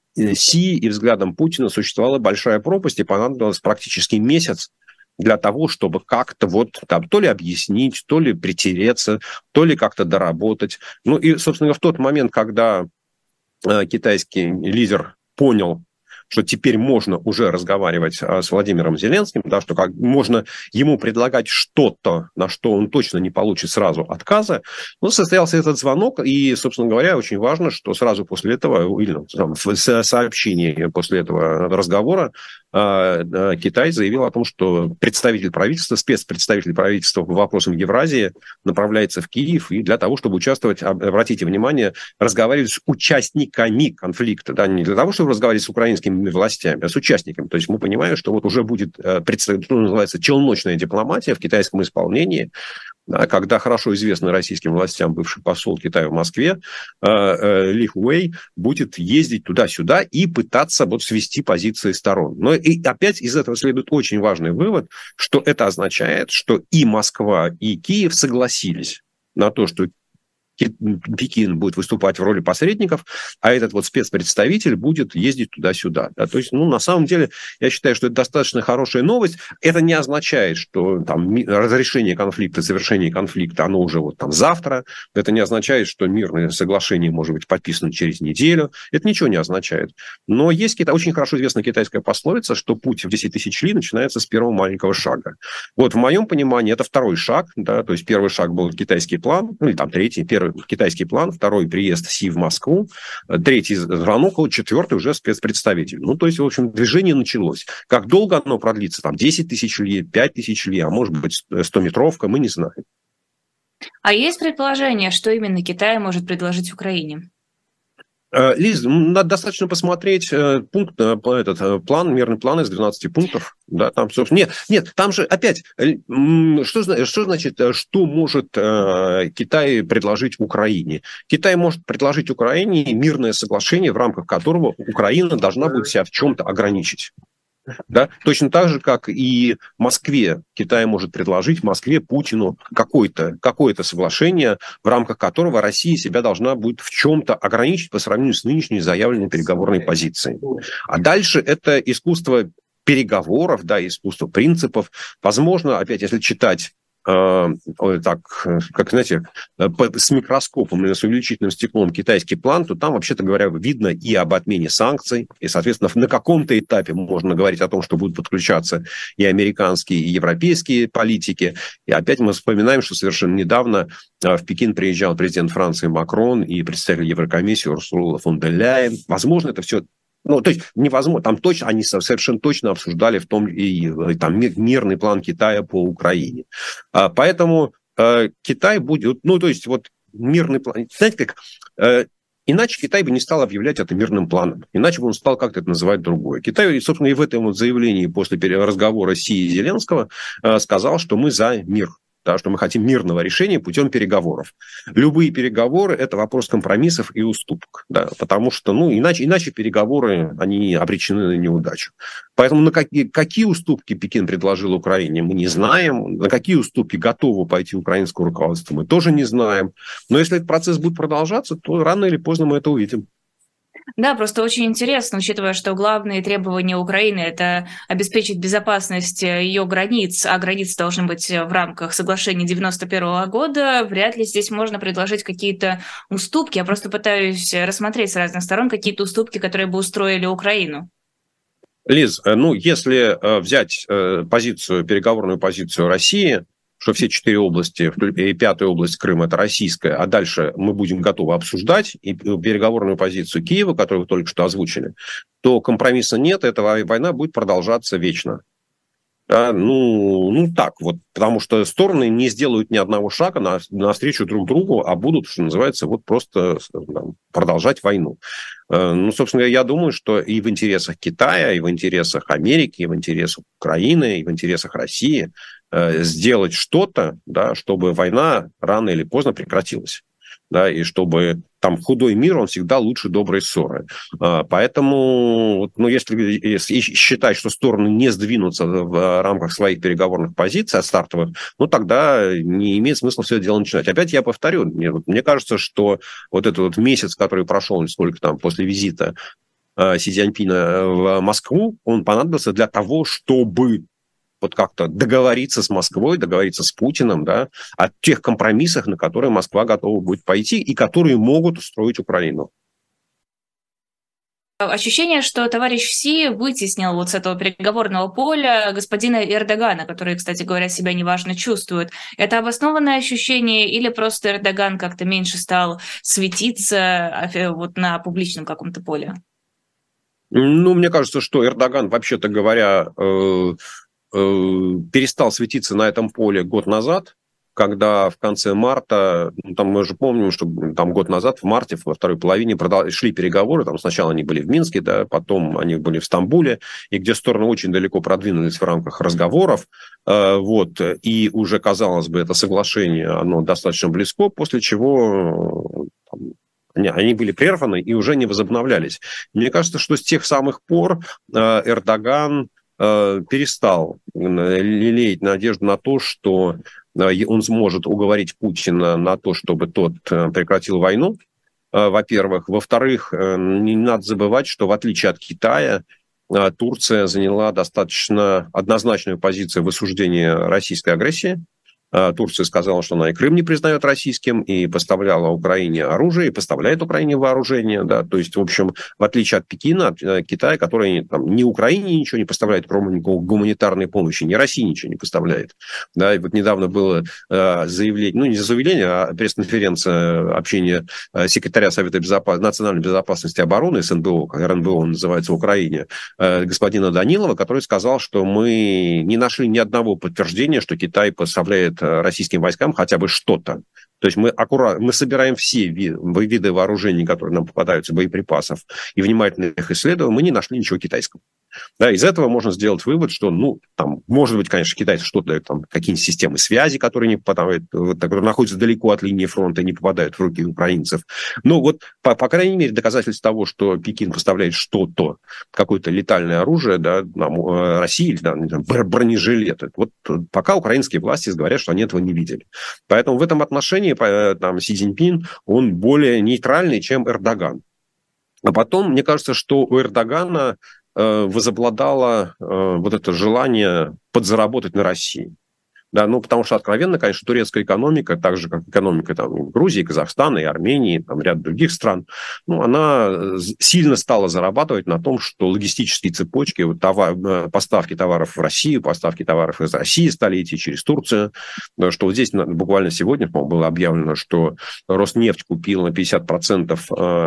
Си и взглядом Путина существовала большая пропасть, и понадобилось практически месяц для того, чтобы как-то вот там то ли объяснить, то ли притереться, то ли как-то доработать. Ну и, собственно, в тот момент, когда э, китайский лидер понял, что теперь можно уже разговаривать а, с Владимиром Зеленским, да, что как, можно ему предлагать что-то, на что он точно не получит сразу отказа. Ну, состоялся этот звонок, и, собственно говоря, очень важно, что сразу после этого, или там, в сообщении после этого разговора, а, Китай заявил о том, что представитель правительства, спецпредставитель правительства по вопросам Евразии направляется в Киев и для того, чтобы участвовать, обратите внимание, разговаривать с участниками конфликта, да, не для того, чтобы разговаривать с украинскими властями, а с участниками. То есть мы понимаем, что вот уже будет, что называется, челночная дипломатия в китайском исполнении, да, когда хорошо известный российским властям бывший посол Китая в Москве Ли Хуэй будет ездить туда-сюда и пытаться вот свести позиции сторон. Но и опять из этого следует очень важный вывод, что это означает, что и Москва, и Киев согласились на то, что Пекин будет выступать в роли посредников, а этот вот спецпредставитель будет ездить туда-сюда. Да? То есть, ну, на самом деле, я считаю, что это достаточно хорошая новость. Это не означает, что там разрешение конфликта, завершение конфликта, оно уже вот там завтра. Это не означает, что мирное соглашение может быть подписано через неделю. Это ничего не означает. Но есть очень хорошо известная китайская пословица, что путь в десять тысяч ли начинается с первого маленького шага. Вот в моем понимании это второй шаг. Да? То есть первый шаг был китайский план, ну или там третий, первый китайский план, второй приезд Си в Москву, третий звонок, четвертый уже спецпредставитель. Ну, то есть, в общем, движение началось. Как долго оно продлится? Там десять тысяч ли, пять тысяч ли, а может быть, стометровка, мы не знаем. А есть предположение, что именно Китай может предложить Украине? Лиз, надо достаточно посмотреть пункт, этот план, мирный план из двенадцати пунктов. Да, там, собственно, нет, нет, там же опять, что, что значит, что может Китай предложить Украине? Китай может предложить Украине мирное соглашение, в рамках которого Украина должна будет себя в чем-то ограничить. Да? Точно так же, как и Москве. Китай может предложить Москве, Путину какое-то, какое-то соглашение, в рамках которого Россия себя должна будет в чем-то ограничить по сравнению с нынешней заявленной переговорной позицией. А дальше это искусство переговоров, да, искусство принципов. Возможно, опять, если читать э, так, как, знаете, с микроскопом или с увеличительным стеклом китайский план, то там, вообще-то говоря, видно и об отмене санкций, и, соответственно, на каком-то этапе можно говорить о том, что будут подключаться и американские, и европейские политики. И опять мы вспоминаем, что совершенно недавно в Пекин приезжал президент Франции Макрон и представитель Еврокомиссии Урсула фон дер Ляйен. Возможно, это все... Ну, то есть невозможно, там точно, они совершенно точно обсуждали в том и, и там мирный план Китая по Украине. А, поэтому э, Китай будет, ну, то есть вот мирный план, знаете, как, э, иначе Китай бы не стал объявлять это мирным планом, иначе бы он стал как-то это называть другое. Китай, собственно, и в этом вот заявлении после разговора Си и Зеленского э, сказал, что мы за мир. Да, что мы хотим мирного решения путем переговоров. Любые переговоры – это вопрос компромиссов и уступок. Да, потому что, ну, иначе, иначе переговоры, они обречены на неудачу. Поэтому на какие, какие уступки Пекин предложил Украине, мы не знаем. На какие уступки готово пойти украинское руководство, мы тоже не знаем. Но если этот процесс будет продолжаться, то рано или поздно мы это увидим. Да, просто очень интересно, учитывая, что главные требования Украины – это обеспечить безопасность ее границ, а границы должны быть в рамках соглашения девяносто первого года, вряд ли здесь можно предложить какие-то уступки. Я просто пытаюсь рассмотреть с разных сторон какие-то уступки, которые бы устроили Украину. Лиз, ну, если взять позицию, переговорную позицию России, что все четыре области, и пятая область Крыма – это российская, а дальше мы будем готовы обсуждать и переговорную позицию Киева, которую вы только что озвучили, то компромисса нет, эта война будет продолжаться вечно. Да, ну, ну, так вот, потому что стороны не сделают ни одного шага на, навстречу друг другу, а будут, что называется, вот просто там, продолжать войну. Ну, собственно, я думаю, что и в интересах Китая, и в интересах Америки, и в интересах Украины, и в интересах России э, сделать что-то, да, чтобы война рано или поздно прекратилась. Да, и чтобы там худой мир, он всегда лучше доброй ссоры. Поэтому, ну, если, если считать, что стороны не сдвинутся в рамках своих переговорных позиций, от стартовых, ну, тогда не имеет смысла все это дело начинать. Опять я повторю, мне, мне кажется, что вот этот вот месяц, который прошел, сколько там, после визита Си Цзиньпина в Москву, он понадобился для того, чтобы вот как-то договориться с Москвой, договориться с Путиным, да, о тех компромиссах, на которые Москва готова будет пойти и которые могут устроить Украину. Ощущение, что товарищ Си вытеснил вот с этого переговорного поля господина Эрдогана, который, кстати говоря, себя неважно чувствует. Это обоснованное ощущение или просто Эрдоган как-то меньше стал светиться вот на публичном каком-то поле? Ну, мне кажется, что Эрдоган, вообще-то говоря, э- перестал светиться на этом поле год назад, когда в конце марта, ну, там мы же помним, что там год назад, в марте, во второй половине продал, шли переговоры, там сначала они были в Минске, да, потом они были в Стамбуле, и где стороны очень далеко продвинулись в рамках разговоров, э, вот, и уже, казалось бы, это соглашение, оно достаточно близко, после чего там, они, они были прерваны и уже не возобновлялись. Мне кажется, что с тех самых пор э, Эрдоган перестал лелеять надежду на то, что он сможет уговорить Путина на то, чтобы тот прекратил войну, во-первых. Во-вторых, не надо забывать, что в отличие от Китая, Турция заняла достаточно однозначную позицию в осуждении российской агрессии. Турция сказала, что она и Крым не признает российским, и поставляла Украине оружие, и поставляет Украине вооружение. Да. То есть, в общем, в отличие от Пекина, от Китая, который там, ни Украине ничего не поставляет, кроме гуманитарной помощи, ни России ничего не поставляет. Да. И вот недавно было э, заявление, ну не заявление, а пресс-конференция общения секретаря Совета безопас... национальной безопасности и обороны, СНБО, эр эн бэ о он называется в Украине, э, господина Данилова, который сказал, что мы не нашли ни одного подтверждения, что Китай поставляет российским войскам хотя бы что-то. То есть мы аккуратно, мы собираем все виды, виды вооружений, которые нам попадаются, боеприпасов, и внимательно их исследуем, мы не нашли ничего китайского. Да, из этого можно сделать вывод, что, ну, там, может быть, конечно, китайцы что-то, там, какие-нибудь системы связи, которые не попадают, которые находятся далеко от линии фронта и не попадают в руки украинцев. Но вот, по, по крайней мере, доказательств того, что Пекин поставляет что-то, какое-то летальное оружие, да, нам, России, да, бронежилеты. Вот пока украинские власти говорят, что они этого не видели. Поэтому в этом отношении там, Си Цзиньпин, он более нейтральный, чем Эрдоган. А потом, мне кажется, что у Эрдогана э, возобладало э, вот это желание подзаработать на России. Да, ну, потому что, откровенно, конечно, турецкая экономика, так же, как экономика там, Грузии, Казахстана и Армении, там, ряд других стран, ну, она сильно стала зарабатывать на том, что логистические цепочки, вот, товар, поставки товаров в Россию, поставки товаров из России стали идти через Турцию, что вот здесь буквально сегодня, по-моему, было объявлено, что Роснефть купил на пятьдесят процентов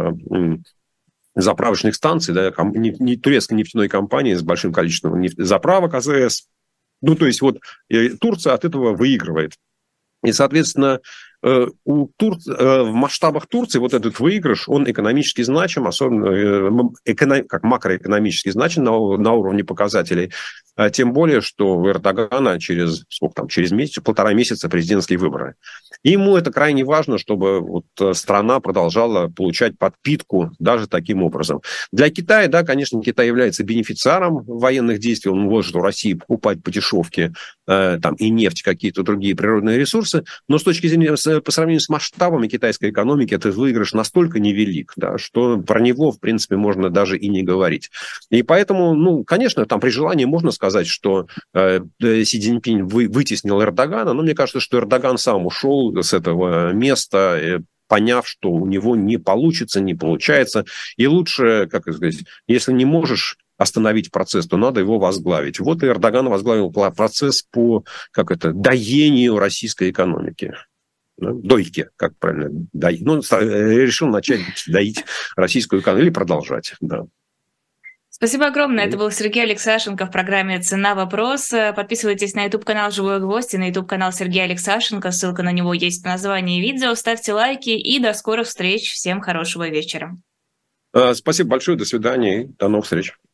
заправочных станций, да, не, не турецкой нефтяной компании с большим количеством нефть, заправок А З С. Ну, то есть, вот Турция от этого выигрывает. И, соответственно, у Тур... в масштабах Турции вот этот выигрыш, он экономически значим, особенно эконом... как макроэкономически значим на, на уровне показателей. Тем более, что у Эрдогана через, сколько там, через месяц, полтора месяца президентские выборы. И ему это крайне важно, чтобы вот страна продолжала получать подпитку даже таким образом. Для Китая, да, конечно, Китай является бенефициаром военных действий. Он может у России покупать по дешевке э, там, и нефть, какие-то другие природные ресурсы. Но с точки зрения, по сравнению с масштабами китайской экономики, этот выигрыш настолько невелик, да, что про него, в принципе, можно даже и не говорить. И поэтому, ну, конечно, там при желании можно сказать, сказать, что э, Си Цзиньпин вы, вытеснил Эрдогана, но мне кажется, что Эрдоган сам ушел с этого места, э, поняв, что у него не получится, не получается. И лучше, как сказать, если не можешь остановить процесс, то надо его возглавить. Вот и Эрдоган возглавил процесс по, как это, доению российской экономики. Дойки, как правильно, доить. Ну, решил начать доить российскую экономику или продолжать, да. Спасибо огромное. Это был Сергей Алексашенко в программе «Цена. Вопрос». Подписывайтесь на YouTube-канал «Живой гвоздь» и на YouTube-канал Сергея Алексашенко. Ссылка на него есть в названии видео. Ставьте лайки и до скорых встреч. Всем хорошего вечера. Спасибо большое. До свидания и до новых встреч.